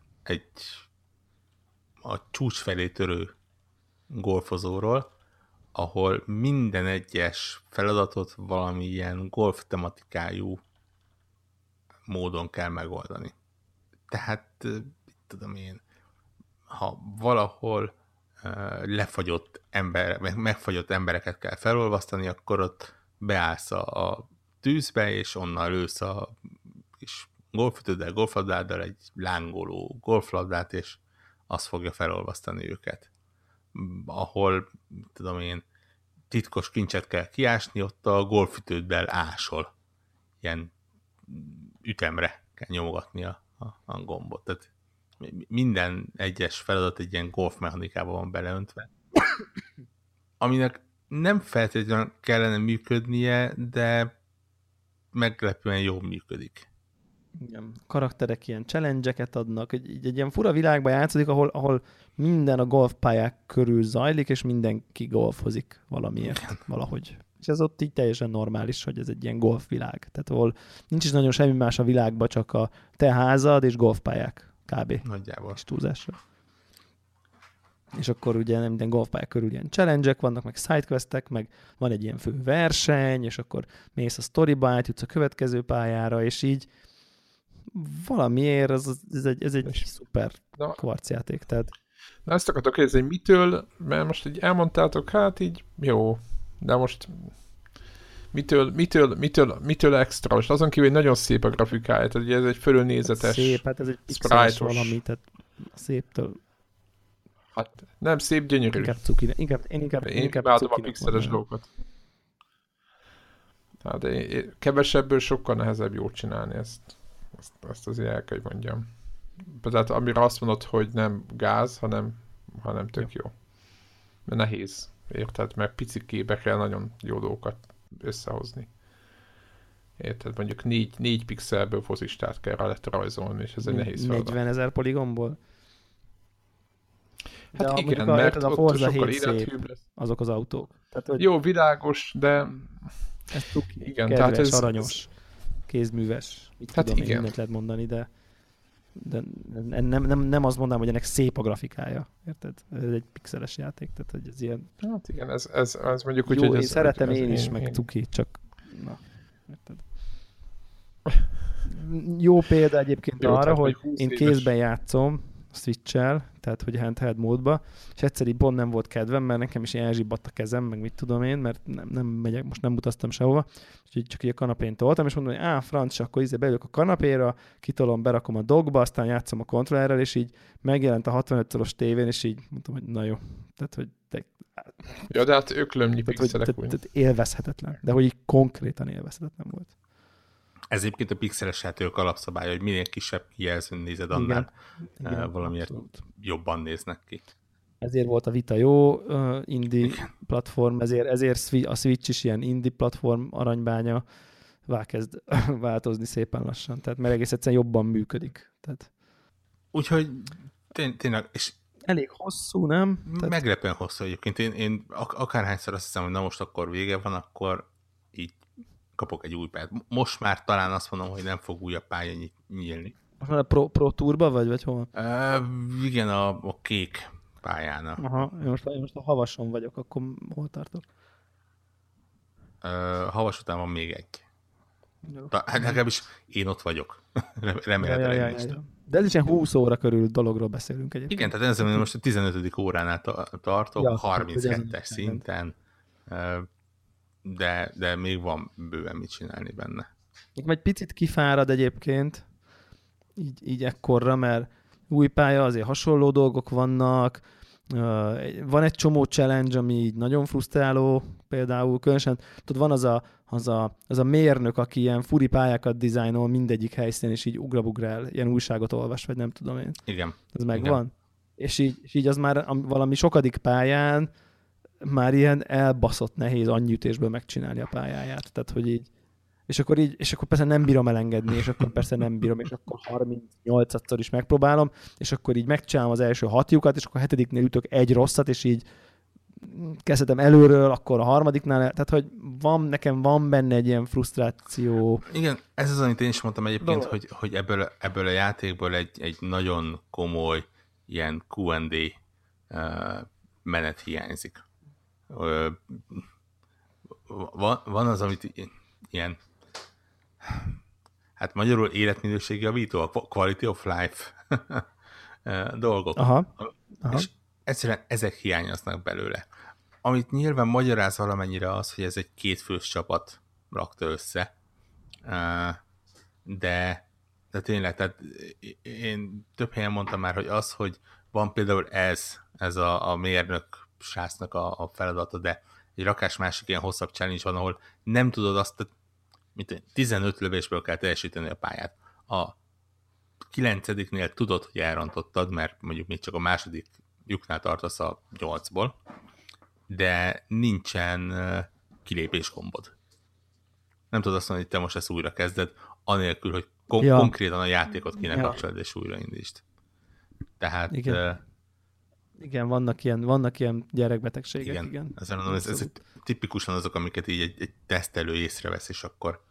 a csúcs felé törő golfozóról, ahol minden egyes feladatot valamilyen golf tematikájú módon kell megoldani. Tehát, tudom én, ha valahol megfagyott embereket kell felolvasztani, akkor ott beállsz a tűzbe, és onnan lősz a kis golfütőddel, golflabdáddal egy lángoló golflabdát, és az fogja felolvasztani őket. Ahol, tudom én, titkos kincset kell kiásni, ott a golfütőddel ásol. Ilyen ütemre kell nyomogatni a gombot. Tehát minden egyes feladat egy ilyen golfmechanikában van beleöntve. Aminek nem feltétlenül kellene működnie, de meglepően jól működik. Igen. Karakterek ilyen challenge-eket adnak, egy ilyen fura világban játszódik, ahol minden a golfpályák körül zajlik, és mindenki golfozik valamiért, valahogy. És ez ott így teljesen normális, hogy ez egy ilyen golfvilág. Tehát ahol nincs is nagyon semmi más a világban, csak a te házad és golfpályák kb. Nagyjából. És túlzásra. És akkor ugye nem minden golfpályák körül ilyen challenge-ek vannak, meg sidequestek, meg van egy ilyen fő verseny, és akkor mész a sztoriba, átjutsz a következő pályára, és így valamiért ez egy szuper kvarcjáték. Tehát... Na ezt akartok kérdezni, mitől, mert most így elmondtátok, hát így jó, de most mitől extra? És azon kívül, hogy nagyon szép a grafikája, tehát ugye ez egy fölülnézetes, szép, hát ez egy pixeles valami, tehát széptől. Hát nem szép, gyönyörű. Inkább cuki. Én inkább beadom a pixeles dolgokat. Hát kevesebből sokkal nehezebb jót csinálni ezt azért el kell, hogy mondjam. Tehát amire azt mondod, hogy nem gáz, hanem tök jó. Mert nehéz, érted? Mert pici képekkel nagyon jó dolgokat összehozni. Érted? Mondjuk 4 pixelből fozistát kell rá rajzolni, és ez egy nehéz feladat. 40 000 poligonból? De hát igen, mert a Forza sokkal 7 szép, lesz. azok az autók. Tehát, hogy jó, világos, de... Ez tuki, igen, kedves, tehát ez, aranyos, kézműves. Hát tudom, igen. mindent lehet mondani, de nem azt mondanám, hogy ennek szép a grafikája. Érted? Ez egy pixeles játék, tehát hogy ez ilyen... Hát igen, ez mondjuk úgy, jó, hogy én ez... szeretem ez én is, meg tuki, csak... Na, érted? Jó példa egyébként jó, arra, hogy hogy én kézben játszom Switch-el, tehát hogy handheld módba, és egyszer így pont nem volt kedvem, mert nekem is ilyen elzsibbadt a kezem, meg mit tudom én, mert nem megyek, most nem utaztam sehova, úgyhogy csak így a kanapén toltam, és mondom, hogy franc, akkor beülök a kanapéra, kitolom, berakom a dockba, aztán játszom a kontrollerrel, és így megjelent a 65 szoros tévén, és így mondtam, hogy na jó. Tehát, hogy ja, de hát öklömnyi pixelek úgy. Tehát élvezhetetlen, de hogy így konkrétan élvezhetetlen volt. Ez egyébként a pixeles játékok alapszabálya, hogy minél kisebb kijelzőn nézed, annál valamiért abszolút jobban néznek ki. Ezért volt a Vita jó indie platform, ezért a Switch is ilyen indie platform aranybánya kezd változni szépen lassan, tehát mert egész egyszerűen jobban működik. Tehát... Úgyhogy tényleg, és elég hosszú, nem? Meglepően hosszú egyébként. Én akárhányszor azt hiszem, hogy na most akkor vége van, akkor így kapok egy új pályát. Most már talán azt mondom, hogy nem fog újabb pálya nyílni. Most már a Pro Tourba vagy hol? Igen, a kék pályának. Aha, én most a havason vagyok, akkor hol tartok? Havas után van még egy. Hát legalábbis én ott vagyok. Remélhetőleg is. De ez is ilyen 20 óra körül dologról beszélünk egyébként. Igen, tehát ezzel most a 15. óránál tartok, 32-es szinten, de még van bőven mit csinálni benne. Egy picit kifárad egyébként, így ekkorra, mert új pálya, azért hasonló dolgok vannak, van egy csomó challenge, ami így nagyon frusztráló, például különösen, tudod, van az a mérnök, aki ilyen furi pályákat dizájnol mindegyik helyszínen, és így ugrabugrál, ilyen újságot olvas, vagy nem tudom én. Igen. Ez megvan? És így az már valami sokadik pályán már ilyen elbaszott nehéz annyi ütésből megcsinálni a pályáját. Tehát, hogy így és akkor persze nem bírom elengedni, és akkor persze nem bírom, és akkor 38-szor is megpróbálom, és akkor így megcsinálom az első 6 lyukat, és akkor a 7-nél ütök egy rosszat, és így kezdhetem előről, akkor a harmadiknál, tehát hogy nekem van benne egy ilyen frusztráció. Igen, ez az, amit én is mondtam egyébként, hogy ebből a játékból egy nagyon komoly ilyen Q&A menet hiányzik. Van az, amit ilyen hát magyarul életminőségi javító, a quality of life dolgok. Aha. És egyszerűen ezek hiányoznak belőle. Amit nyilván magyaráz valamennyire az, hogy ez egy kétfős csapat rakta össze. De tényleg, tehát én több helyen mondtam már, hogy hogy van például ez a mérnök sásznak a feladata, de egy rakás másik ilyen hosszabb challenge van, ahol nem tudod azt, mint 15 lövésből kell teljesíteni a pályát. A 9-nél tudod, hogy elrontottad, mert mondjuk még csak a második lyuknál tartasz a 8-ból, de nincsen kilépésgombod. Nem tudod azt mondani, hogy te most ezt újra kezded, anélkül, hogy konkrétan a játékot kéne kapcsolod, és újraindítsd. Tehát... Igen, vannak ilyen gyerekbetegségek, igen. Ez tipikusan azok, amiket így egy tesztelő észrevesz, és akkor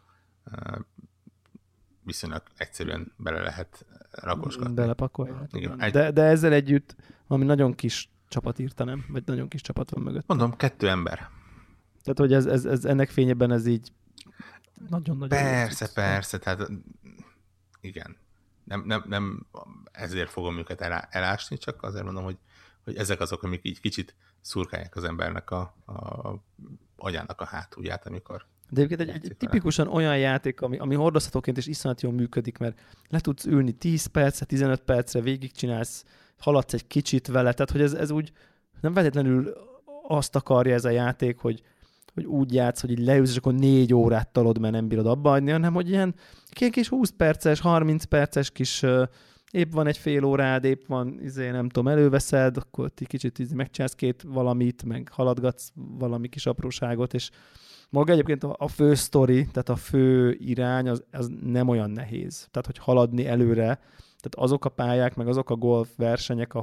viszonylag egyszerűen bele lehet rakosgatni. Belepakolják. De ezzel együtt valami nagyon kis csapat írta, nem? Vagy nagyon kis csapat van mögött. Mondom, 2 ember. Tehát, hogy ez ennek fényében ez így nagyon-nagyon... Persze, tehát igen. Nem ezért fogom őket elásni, csak azért mondom, hogy ezek azok, amik így kicsit szurkálják az embernek a agyának a hátulját, amikor... De egyébként egy tipikusan olyan játék, ami hordozhatóként is iszonyat jól működik, mert le tudsz ülni 10 percre, 15 percre, végigcsinálsz, haladsz egy kicsit vele, tehát hogy ez úgy nem feltétlenül azt akarja ez a játék, hogy úgy játsz, hogy így leülsz, és akkor 4 órát tolod, mert nem bírod abba hagyni, hanem hogy ilyen kis 20 perces, 30 perces kis épp van egy fél órád, épp van, nem tudom, előveszed, akkor ti kicsit megcsinálsz 2 valamit, meg haladgatsz valami kis apróságot, és maga egyébként a fő sztori, tehát a fő irány, az nem olyan nehéz. Tehát, hogy haladni előre, tehát azok a pályák, meg azok a golf versenyek,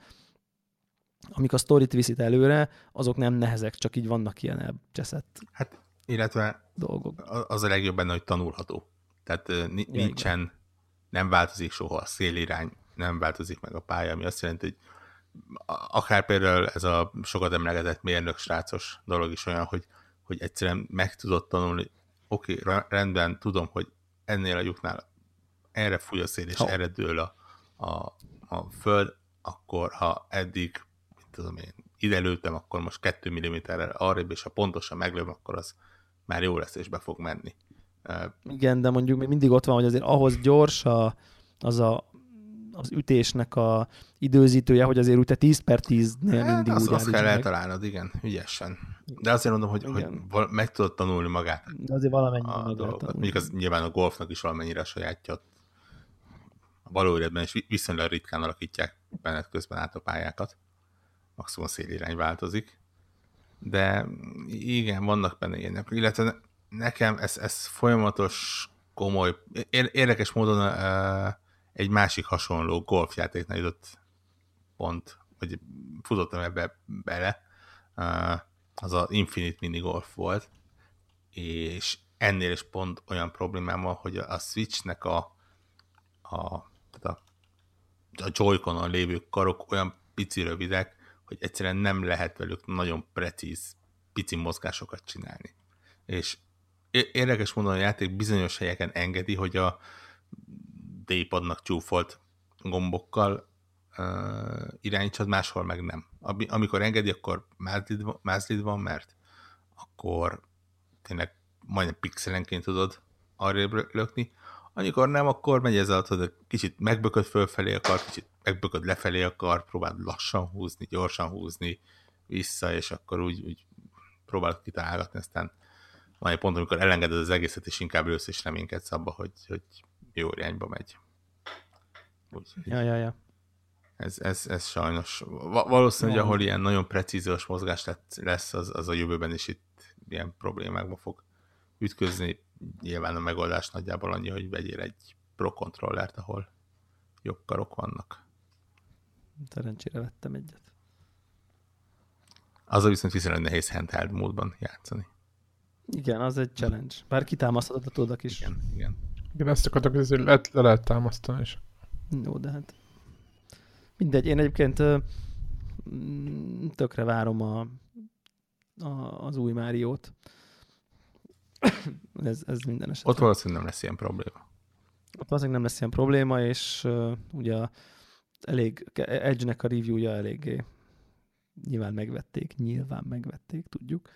amik a sztorit viszít előre, azok nem nehezek, csak így vannak ilyen elcseszett illetve dolgok. Az a legjobb benne, hogy tanulható. Tehát nincsen, nem változik soha a szélirány, nem változik meg a pálya, ami azt jelenti, hogy akár például ez a sokat emlegetett mérnök srácos dolog is olyan, hogy egyszerűen meg tudod tanulni, oké, rendben, tudom, hogy ennél a lyuknál erre fúj a szél, és erre dől a föld, akkor ha eddig, mit tudom én, ide lőttem, akkor most 2 mm-rel arrébb, és ha pontosan meglövöm, akkor az már jó lesz, és be fog menni. Igen, de mondjuk még mindig ott van, hogy azért ahhoz gyors az ütésnek a időzítője, hogy azért úgy te 10/10-nél mindig úgy azt kell eltalálnod, igen, ügyesen. De azért mondom, hogy meg tudod tanulni magát. De azért valamennyire meg lehet tanulni. Mondjuk az nyilván a golfnak is valamennyire a sajátja. A való életben is viszonylag ritkán alakítják menet közben át a pályákat. Maximum a szélirány változik. De igen, vannak benne ilyenek. Illetve nekem ez folyamatos, komoly, érdekes módon egy másik hasonló golfjátéknál jutott pont, hogy futottam ebbe bele, az az Infinite Mini Golf volt, és ennél is pont olyan problémám van, hogy a Switchnek a Joy-Conon lévő karok olyan pici rövidek, hogy egyszerűen nem lehet velük nagyon precíz, pici mozgásokat csinálni. És érdekes módon a játék bizonyos helyeken engedi, hogy a D-padnak csúfolt gombokkal irányítsad, máshol meg nem. Amikor engedi, akkor mázlid van, mert akkor tényleg majdnem pixelenként tudod arrébb lökni. Amikor nem, akkor megy ezzel, hogy kicsit megbököd fölfelé akar, kicsit megbököd lefelé akar, próbáld lassan húzni, gyorsan húzni vissza, és akkor úgy próbálod kitalálgatni, aztán van egy pont, amikor elengeded az egészet, és inkább lősz, és reménykedsz abba, hogy jó irányba megy. Ja. Ez sajnos. Valószínűleg, ahol ilyen nagyon precíziós mozgás lesz, az a jövőben is itt ilyen problémákba fog ütközni. Nyilván a megoldás nagyjából annyi, hogy vegyél egy Pro Controllert, ahol jobb karok vannak. Szerencsére vettem egyet. Azzal viszont viszonylag nehéz handheld módban játszani. Igen, az egy challenge. Bár kitámaszthatod a tudak is. Igen. Igen, ezt akartak, hogy ezért le lehet támasztani is. Jó, de hát mindegy. Én egyébként tökre várom az új Máriót. ez minden esetben. Ott valószínűleg nem lesz ilyen probléma. Ott valószínűleg nem lesz ilyen probléma, és ugye Edge-nek a review-ja eléggé nyilván megvették, tudjuk.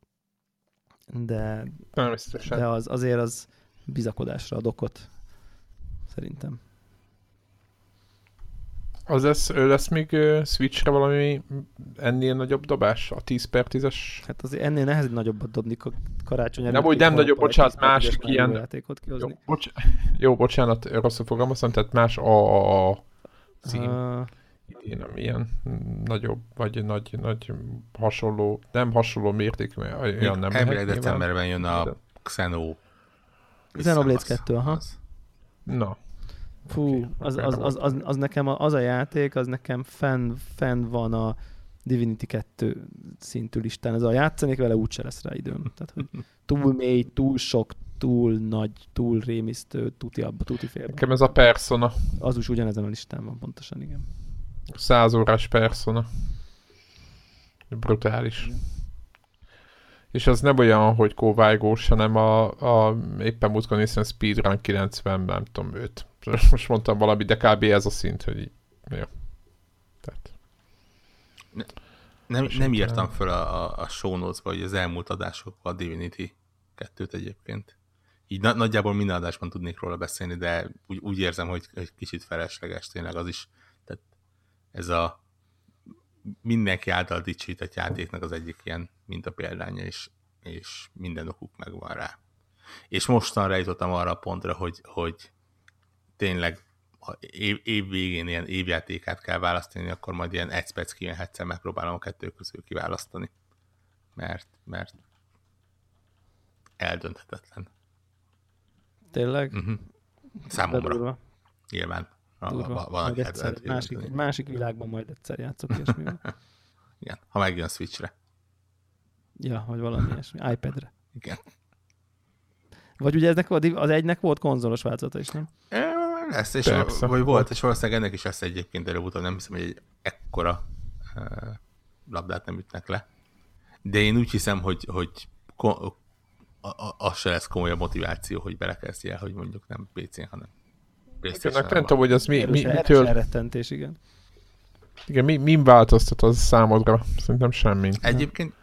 De azért az bizakodásra ad okot, szerintem. Lesz még Switchre valami ennél nagyobb dobás? A 10/10-es? Hát azért ennél nehéz nagyobbat dobni karácsony előtt. Nem, úgy nem nagyobb, bocsánat, másik ilyen... játékot kihozni. Jó, bocsánat, rosszul fogalmaztam, tehát más a cím. Idén nem ilyen nagyobb, vagy nagy hasonló, nem hasonló mértékű, olyan nem lehet. Elvileg decemberben jön a Xenoblade 2, aha. Na. Fú, az nekem az a játék, az nekem fenn van a Divinity 2 szintű listán. Ez a játszanék vele úgyse lesz rá időm. Tehát, hogy túl mély, túl sok, túl nagy, túl rémisztő, tuti abba, tuti félbe. Nekem ez a Persona. Az is ugyanezen a listán van, pontosan, igen. 100 órás Persona. Brutális. És az nem olyan, hogy kóvájgós, hanem éppen múltkor néztem Speedrun 90-ben, nem tudom, 5. Most mondtam valami, de kb. Ez a szint, hogy így. Jó. Tehát. Nem írtam föl a show notes-ba, hogy az elmúlt adásokban a Divinity 2-t egyébként. Így nagyjából minden adásban tudnék róla beszélni, de úgy érzem, hogy kicsit felesleges tényleg az is. Tehát ez a mindenki által dicsőített játéknak az egyik ilyen mintapéldánya, és minden okuk megvan rá. És mostanra jutottam arra a pontra, hogy tényleg ha év végén ilyen évjátékát kell választani, akkor majd ilyen egy spec egyszer megpróbálom a kettő közül kiválasztani. Mert eldönthetetlen. Tényleg? Számomra. Nyilván. Van másik világban majd egyszer játszok ilyesmivel. Igen, ha megjön Switchre. Ja, vagy valami ilyesmi. iPadre. Igen. Vagy ugye az egynek volt konzolos változata is, nem? Lesz, és vagy volt, és valószínűleg ennek is lesz egyébként előbb-utóbb. Nem hiszem, hogy egy ekkora labdát nem ütnek le. De én úgy hiszem, hogy az se lesz komoly a motiváció, hogy belekezdjél, hogy mondjuk nem PC-n, hanem PlayStation-en. Nem tudom, hogy az mitől... Elrettentés, igen. Igen, min változtat az számodra? Szerintem semmi. Egyébként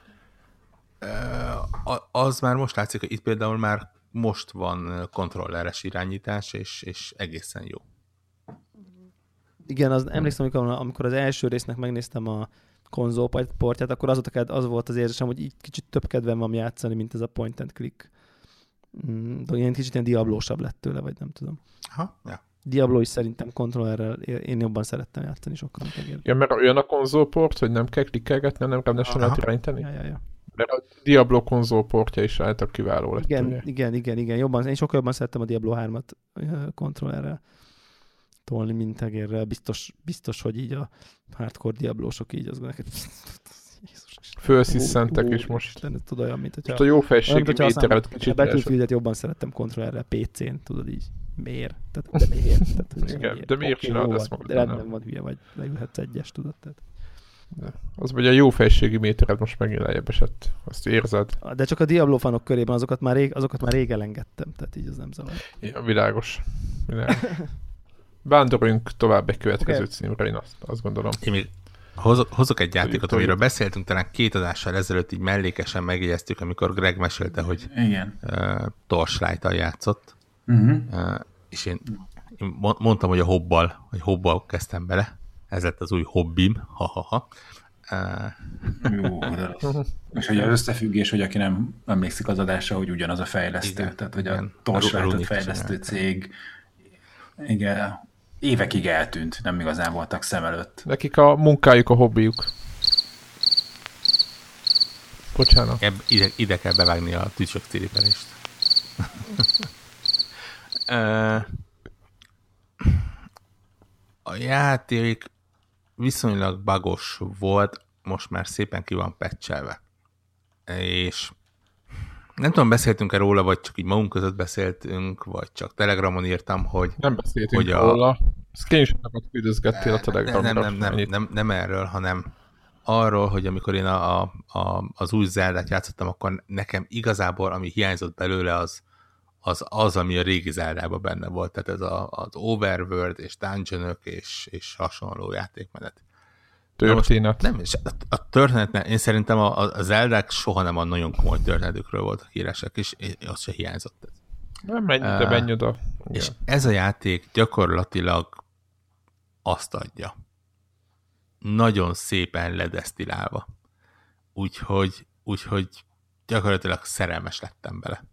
az már most látszik, hogy itt például már most van kontrolleres irányítás, és egészen jó. Igen, emlékszem, amikor az első résznek megnéztem a konzolportját, akkor az volt az érzésem, hogy így kicsit több kedvem van játszani, mint ez a point and click. Ilyen kicsit ilyen diablósabb lett tőle, vagy nem tudom. Aha, ja. Diablo is szerintem kontrollerrel én jobban szerettem játszani sokkal, mint egér. Ja, mert olyan a konzolport, hogy nem kell klikkelgetni, nem rendesen lehet irányítani. Ja. Mert a Diablo konzolportja is által kiváló lett. Igen. Én sokkal jobban szerettem a Diablo 3-at kontrollerrel tolni, mint egérrel. Biztos, hogy így a hardcore diablósok így azon neked... Fölsziszentek is most. Tud olyan, mint hogyha... Most a jó fejségi méteret kicsit a Battlefieldet jobban szerettem kontrollerrel PC-n, tudod így. Miért? De miért csinálod ezt magad? Rendben van, hülye vagy, leülhetsz egyes, tudod? Az vagy a jó fejségi métered most megint lejjebb esett. Azt érzed. De csak a Diablo fanok körében azokat már rég elengedtem, tehát így az nem zavar. Ja, világos. Vándoruljunk tovább egy következő címre, én azt gondolom. Én még hozok egy játékot, amiről beszéltünk, talán 2 adással ezelőtt így mellékesen megjegyeztük, amikor Greg mesélte, hogy Torchlight-tal játszott. És én mondtam, hogy a hobbal kezdtem bele. Ez lett az új hobbim. Jó, de és hogy az összefüggés, hogy aki nem emlékszik az adásra, hogy ugyanaz a fejlesztő, igen, tehát hogy a Torchlight fejlesztő cég, igen, évekig eltűnt, nem igazán voltak szem előtt. Nekik a munkájuk a hobbijuk. Bocsánat. Ide kell bevágni a tücsök ciripelést. A játék viszonylag bugos volt, most már szépen ki van patchelve. És nem tudom, beszéltünk-e róla, vagy csak így magunk között beszéltünk, vagy csak Telegramon írtam, hogy... Nem beszéltünk róla. Screenshotokat küldözgettél a Telegramra. Nem erről, hanem arról, hogy amikor én az új Zeldát játszottam, akkor nekem igazából, ami hiányzott belőle, az, ami a régi Zeldában benne volt. Tehát ez az overworld és dungeonök és hasonló játékmenet. Történet. Nem, a történet, én szerintem a Zeldák soha nem a nagyon komoly történetükről voltak híresek, és az se hiányzott. Nem menj oda. És ez a játék gyakorlatilag azt adja. nagyon szépen ledesztilálva. Úgyhogy gyakorlatilag szerelmes lettem bele.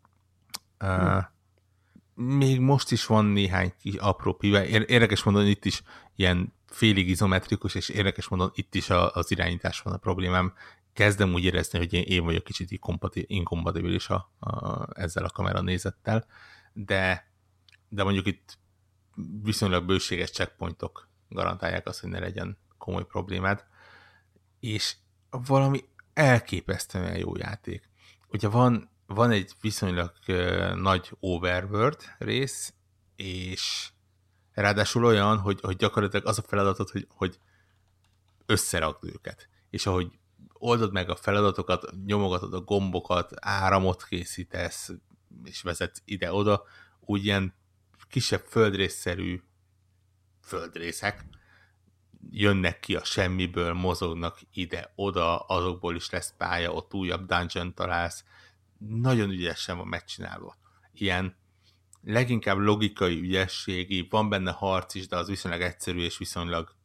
Még most is van néhány kis apró pive. Érdekes mondani, itt is ilyen félig izometrikus, és érdekes mondani, itt is az irányítás van a problémám. Kezdem úgy érezni, hogy én vagyok kicsit inkompatibilis ezzel a kamera nézettel, de mondjuk itt viszonylag bőséges checkpointok garantálják azt, hogy ne legyen komoly problémád. És valami elképesztően jó játék. Ugye van egy viszonylag nagy overworld rész, és ráadásul olyan, hogy gyakorlatilag az a feladatod, hogy összerakd őket. És ahogy oldod meg a feladatokat, nyomogatod a gombokat, áramot készítesz, és vezetsz ide-oda, úgy ilyen kisebb földrészszerű földrészek jönnek ki a semmiből, mozognak ide-oda, azokból is lesz pálya, ott újabb dungeon találsz. Nagyon ügyesen van megcsinálva. Ilyen leginkább logikai ügyességi, van benne harc is, de az viszonylag egyszerű és viszonylag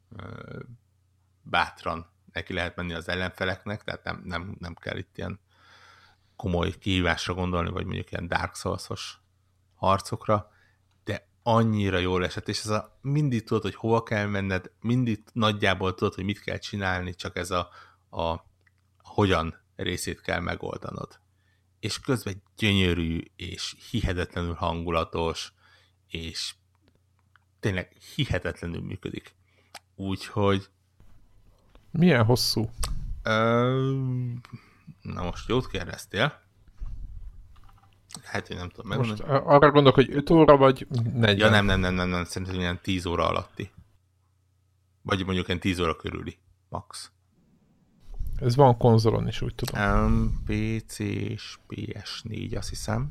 bátran neki lehet menni az ellenfeleknek, tehát nem kell itt ilyen komoly kihívásra gondolni, vagy mondjuk ilyen Dark Souls-os harcokra, de annyira jól esett, és ez mindig tudod, hogy hova kell menned, mindig nagyjából tudod, hogy mit kell csinálni, csak ez a hogyan részét kell megoldanod. És közben gyönyörű, és hihetetlenül hangulatos, és tényleg hihetetlenül működik. Úgyhogy... Milyen hosszú? Na most jót kérdeztél. Hát, hogy nem tudom megmondani. Most arra gondolok, hogy 5 óra, vagy 40? Ja, nem. Szerintem ilyen 10 óra alatti. Vagy mondjuk ilyen 10 óra körüli. Max. Ez van konzolon is, úgy tudom. PC és PS4, azt hiszem.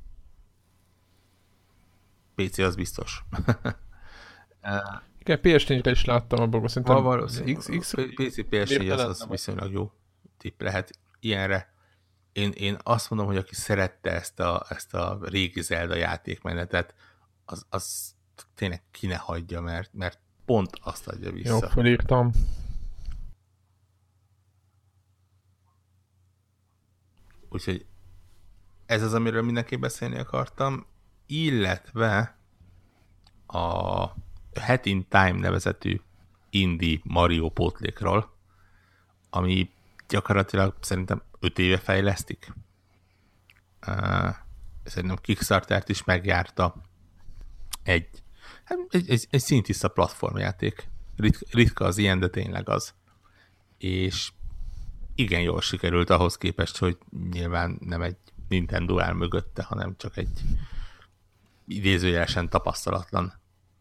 PC az biztos. Igen, PS4-re is láttam abban, szerintem PC PS4 az viszonylag jó tipp lehet ilyenre. Én azt mondom, hogy aki szerette ezt a régi Zelda játékmenetet, az tényleg ki ne hagyja, mert pont azt adja vissza. Jó, felírtam. Úgyhogy ez az, amiről mindenképp beszélni akartam, illetve a Hat in Time nevezetű indie Mario pótlékról, ami gyakorlatilag szerintem 5 éve fejlesztik. Szerintem Kickstartert is megjárta. Egy szintiszta platformjáték. Ritka az ilyen, de tényleg az. És igen jól sikerült ahhoz képest, hogy nyilván nem egy Nintendo áll mögötte, hanem csak egy idézőjelesen tapasztalatlan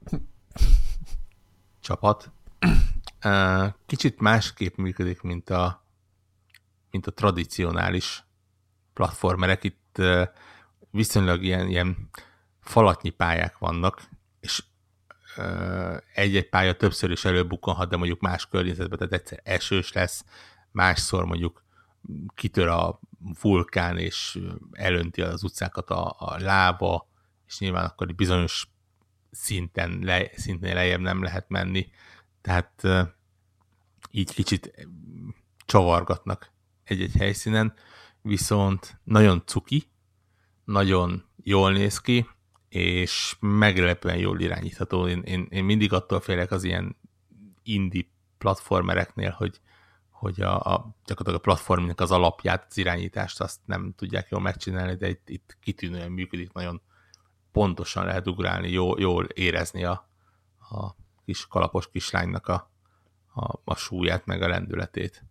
csapat. Kicsit másképp működik, mint a tradicionális platformerek. Itt viszonylag ilyen falatnyi pályák vannak, és egy-egy pálya többször is előbukkanhat, de mondjuk más környezetben, tehát egyszer esős lesz, másszor mondjuk kitör a vulkán, és elönti az utcákat a láva, és nyilván akkor bizonyos szintnél lejjebb nem lehet menni. Tehát így kicsit csavargatnak egy-egy helyszínen, viszont nagyon cuki, nagyon jól néz ki, és meglepően jól irányítható. Én mindig attól félek az ilyen indie platformereknél, hogy gyakorlatilag a platformnak az alapját, az irányítást azt nem tudják jól megcsinálni, de itt kitűnően működik, nagyon pontosan lehet ugrálni, jól érezni a kis kalapos kislánynak a súlyát, meg a lendületét.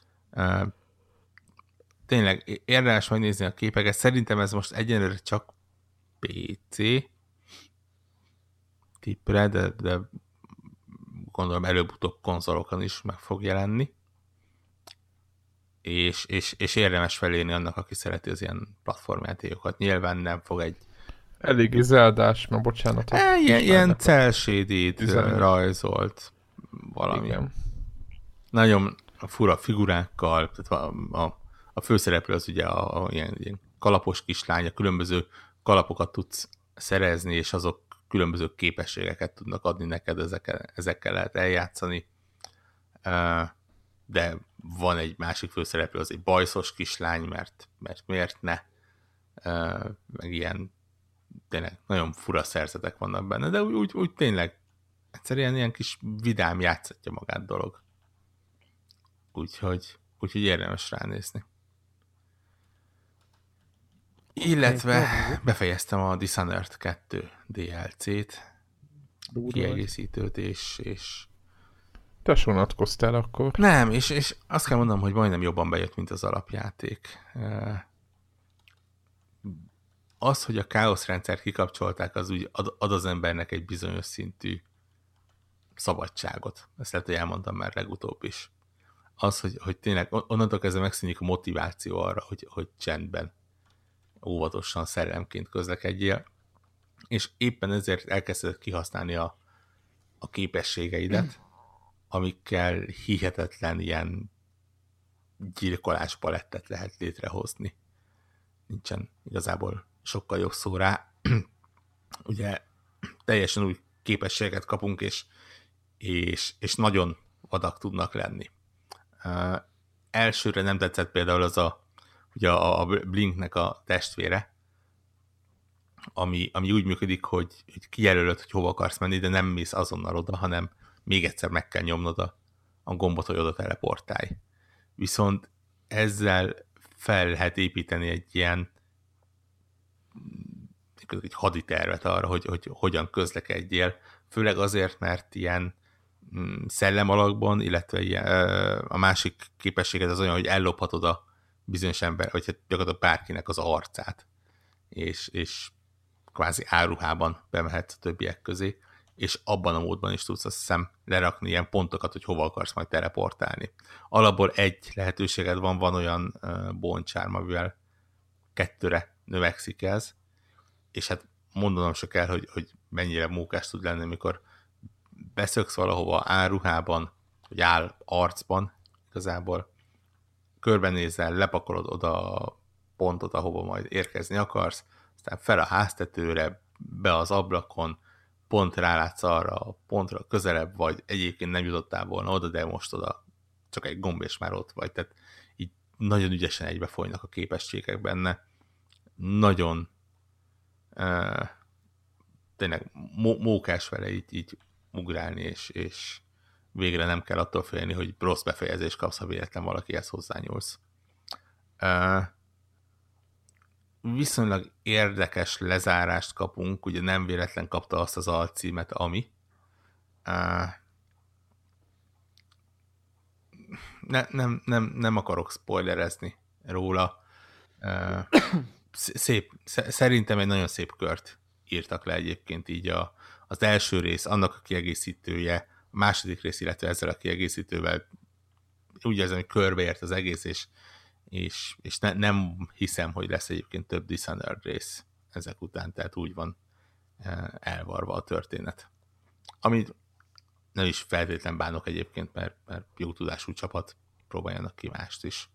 Tényleg érdemes megnézni a képeket. Szerintem ez most egyenlőre csak PC tippre, de gondolom előbb-utóbb konzolokon is meg fog jelenni. És érdemes felérni annak, aki szereti az ilyen platformjátékokat. Nyilván nem fog egy eléggé zeldás, mert bocsánat. Ilyen cel-shaded rajzolt valami. Igen. Nagyon fura figurákkal, tehát a főszereplő az ugye ilyen kalapos kislány, a különböző kalapokat tudsz szerezni, és azok különböző képességeket tudnak adni neked, ezekkel lehet eljátszani. de van egy másik főszereplő, az egy bajszos kislány, mert miért ne? Meg ilyen tényleg nagyon fura szerzetek vannak benne, de úgy tényleg egyszerűen ilyen kis vidám játszatja magát dolog. Úgyhogy érdemes ránézni. Illetve befejeztem a Dishonored 2 DLC-t, kiegészítőt, és te sonatkoztál akkor. Nem, és azt kell mondanom, hogy majdnem jobban bejött, mint az alapjáték. Az, hogy a káosz rendszert kikapcsolták, az úgy ad az embernek egy bizonyos szintű szabadságot. Ezt lehet, hogy elmondtam már legutóbb is. Az, hogy tényleg onnantól kezdve megszűnik a motiváció arra, hogy csendben, óvatosan, szerelemként közlekedjél, és éppen ezért elkezded kihasználni a képességeidet, amikkel hihetetlen ilyen gyilkolás palettet lehet létrehozni. Nincsen igazából sokkal jobb szó rá. Ugye teljesen új képességeket kapunk, és nagyon vadak tudnak lenni. Elsőre nem tetszett például az ugye a Blinknek a testvére, ami úgy működik, hogy kijelölöd, hogy hova akarsz menni, de nem mész azonnal oda, hanem még egyszer meg kell nyomnod a gombot, hogy oda teleportálj. Viszont ezzel fel lehet építeni egy ilyen egy haditervet arra, hogy hogyan közlekedjél, főleg azért, mert ilyen szellem alakban, illetve ilyen, a másik képességed az olyan, hogy ellophatod a bizonyos ember, vagy hát gyakorlatilag bárkinek az arcát, és kvázi áruhában bemehetsz a többiek közé, és abban a módban is tudsz azt hiszem lerakni ilyen pontokat, hogy hova akarsz majd teleportálni. Alapból egy lehetőséged van olyan boncsárm, amivel 2-re növekszik ez, és hát mondanom se kell, hogy mennyire mókás tud lenni, amikor beszöksz valahova áruhában, hogy áll arcban, igazából körbenézel, lepakolod oda a pontot, ahova majd érkezni akarsz, aztán fel a háztetőre, be az ablakon, pont rálátsz arra a pontra közelebb vagy, egyébként nem jutottál volna oda, de most oda csak egy gomb és már ott vagy. Tehát így nagyon ügyesen egybefolynak a képességek benne. Nagyon tényleg mókás vele így ugrálni, és végre nem kell attól félni, hogy rossz befejezést kapsz, ha véletlen valakihez hozzányúlsz. Viszonylag érdekes lezárást kapunk, ugye nem véletlen kapta azt az alcímet, ami. Nem akarok spoilerezni róla. Szerintem egy nagyon szép kört írtak le egyébként így az első rész, annak a kiegészítője, a második rész, illetve ezzel a kiegészítővel úgy érzem, hogy körbeért az egész, és nem hiszem, hogy lesz egyébként több Dishonored rész ezek után, tehát úgy van elvarva a történet. Amit nem is feltétlen bánok egyébként, mert jó tudású csapat, próbáljanak ki mást is.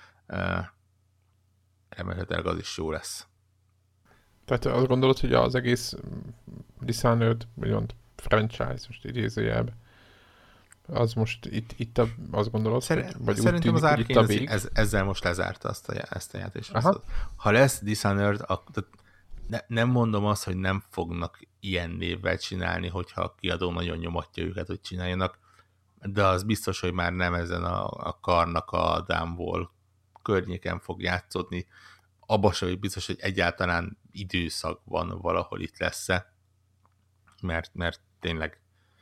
Remélhetőleg az is jó lesz. Tehát azt gondolod, hogy az egész Dishonored, vagy franchise, most idézőjelben, az most itt azt gondolod, vagy szerintem az Arkane ezzel most lezárta ezt a játékot. Ha lesz Dishonored, nem mondom azt, hogy nem fognak ilyen névvel csinálni, hogyha a kiadó nagyon nyomatja őket, hogy csináljanak, de az biztos, hogy már nem ezen a karnak a Downwall környéken fog játszódni. Abba sem, hogy biztos, hogy egyáltalán időszakban valahol itt lesz-e, mert tényleg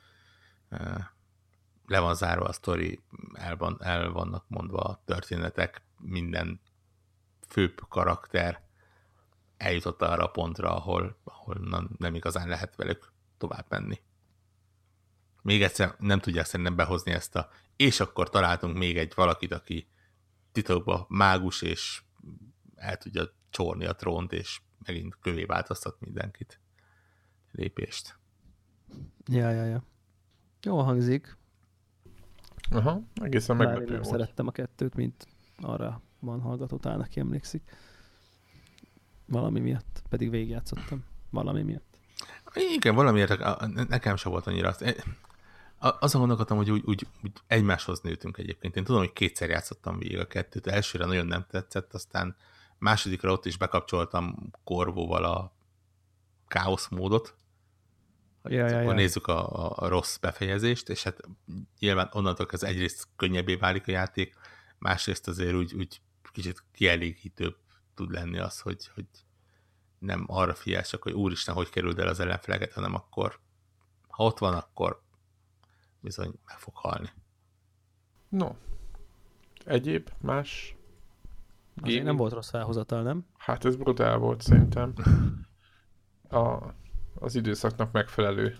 le van zárva a sztori, el vannak mondva a történetek, minden főbb karakter eljutott arra a pontra, ahol nem igazán lehet velük tovább menni. Még egyszer nem tudják szerintem behozni ezt és akkor találtunk még egy valakit, aki titokban mágus, és el tudja csorni a trónt, és megint kövé változtat mindenkit. Lépést. Ja. Jól hangzik. Aha, egészen meglepő volt. Szerettem a 2-t, mint arra van hallgató, talán aki emlékszik. Valami miatt, pedig végigjátszottam. Valami miatt. Igen, valamiért nekem sem volt annyira. Azon gondolkodtam, hogy úgy egymáshoz nőtünk egyébként. Én tudom, hogy 2-szer játszottam végig a 2-t, elsőre nagyon nem tetszett, aztán másodikra ott is bekapcsoltam Corvóval a káosz módot. Akkor nézzük a rossz befejezést, és hát nyilván onnantól ez egyrészt könnyebbé válik a játék, másrészt azért úgy kicsit kielégítőbb tud lenni az, hogy nem arra figyelsz csak, hogy úristen, hogy kerüld el az ellenfeleget, hanem akkor, ha ott van, akkor bizony meg fog halni. No. Egyéb, más? Azért nem volt rossz felhozatal, nem? Hát ez brutál volt szerintem. Az időszaknak megfelelő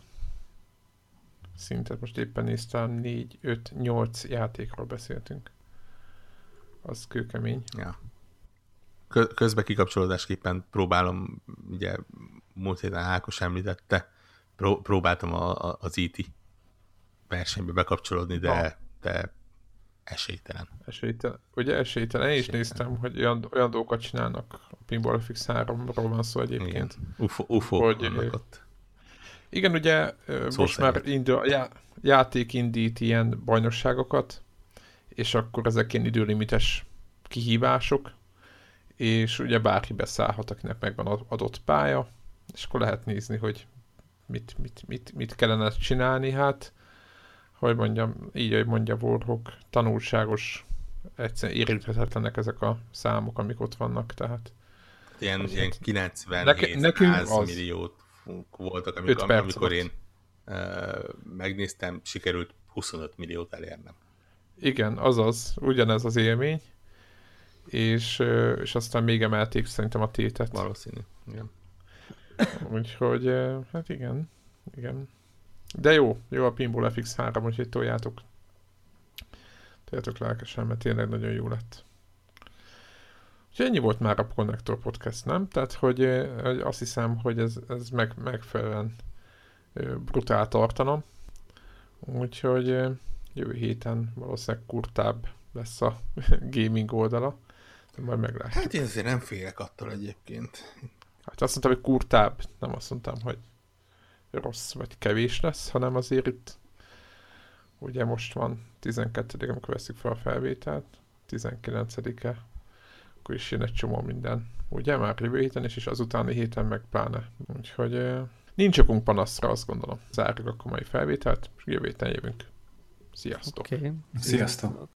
szintet. Most éppen néztem, 4, 5, 8 játékról beszéltünk. Az kőkemény. Ja. Közben kikapcsolódásképpen próbálom, ugye múlt héten Ákos említette, próbáltam az E.T. versenybe bekapcsolódni, de esélytelen. Ugye esélytelen. Én is néztem, hogy olyan dolgokat csinálnak. A Pinball FX 3-ról van szó egyébként. Igen. UFO vannak ott. Igen, ugye most már játék indít ilyen bajnokságokat, és akkor ezek ilyen időlimites kihívások, és ugye bárki beszállhat, akinek megvan adott pálya, és akkor lehet nézni, hogy mit kellene csinálni. Hát, hogy mondjam, így, hogy mondja Warhawk, tanulságos, egyszerűen érinthetetlenek ezek a számok, amik ott vannak, tehát... Ilyen 97-100 milliót voltak, amikor én megnéztem, sikerült 25 milliót elérnem. Igen, azaz, ugyanez az élmény, és aztán még emelték szerintem a tétet. Valószínű, igen. Úgyhogy, hát igen. De jó a Pinball FX 3, úgyhogy toljátok lelkesen, mert tényleg nagyon jó lett. Úgyhogy ennyi volt már a Connector Podcast, nem? Tehát, hogy azt hiszem, hogy ez megfelelően brutál tartalom. Úgyhogy jövő héten valószínűleg kurtább lesz a gaming oldala. De majd meglátjuk. Hát én azért nem félek attól egyébként. Hát azt mondtam, hogy kurtább. Nem azt mondtam, hogy rossz vagy kevés lesz, hanem azért itt ugye most van 12-e, amikor veszik fel a felvételt, 19-e, akkor is jön egy csomó minden. Ugye már jövő héten is, és az utáni héten meg pláne. Úgyhogy nincs okunk panaszra, azt gondolom. Zárjuk a mai felvételt, és jövő héten jövünk. Sziasztok! Okay. Sziasztok!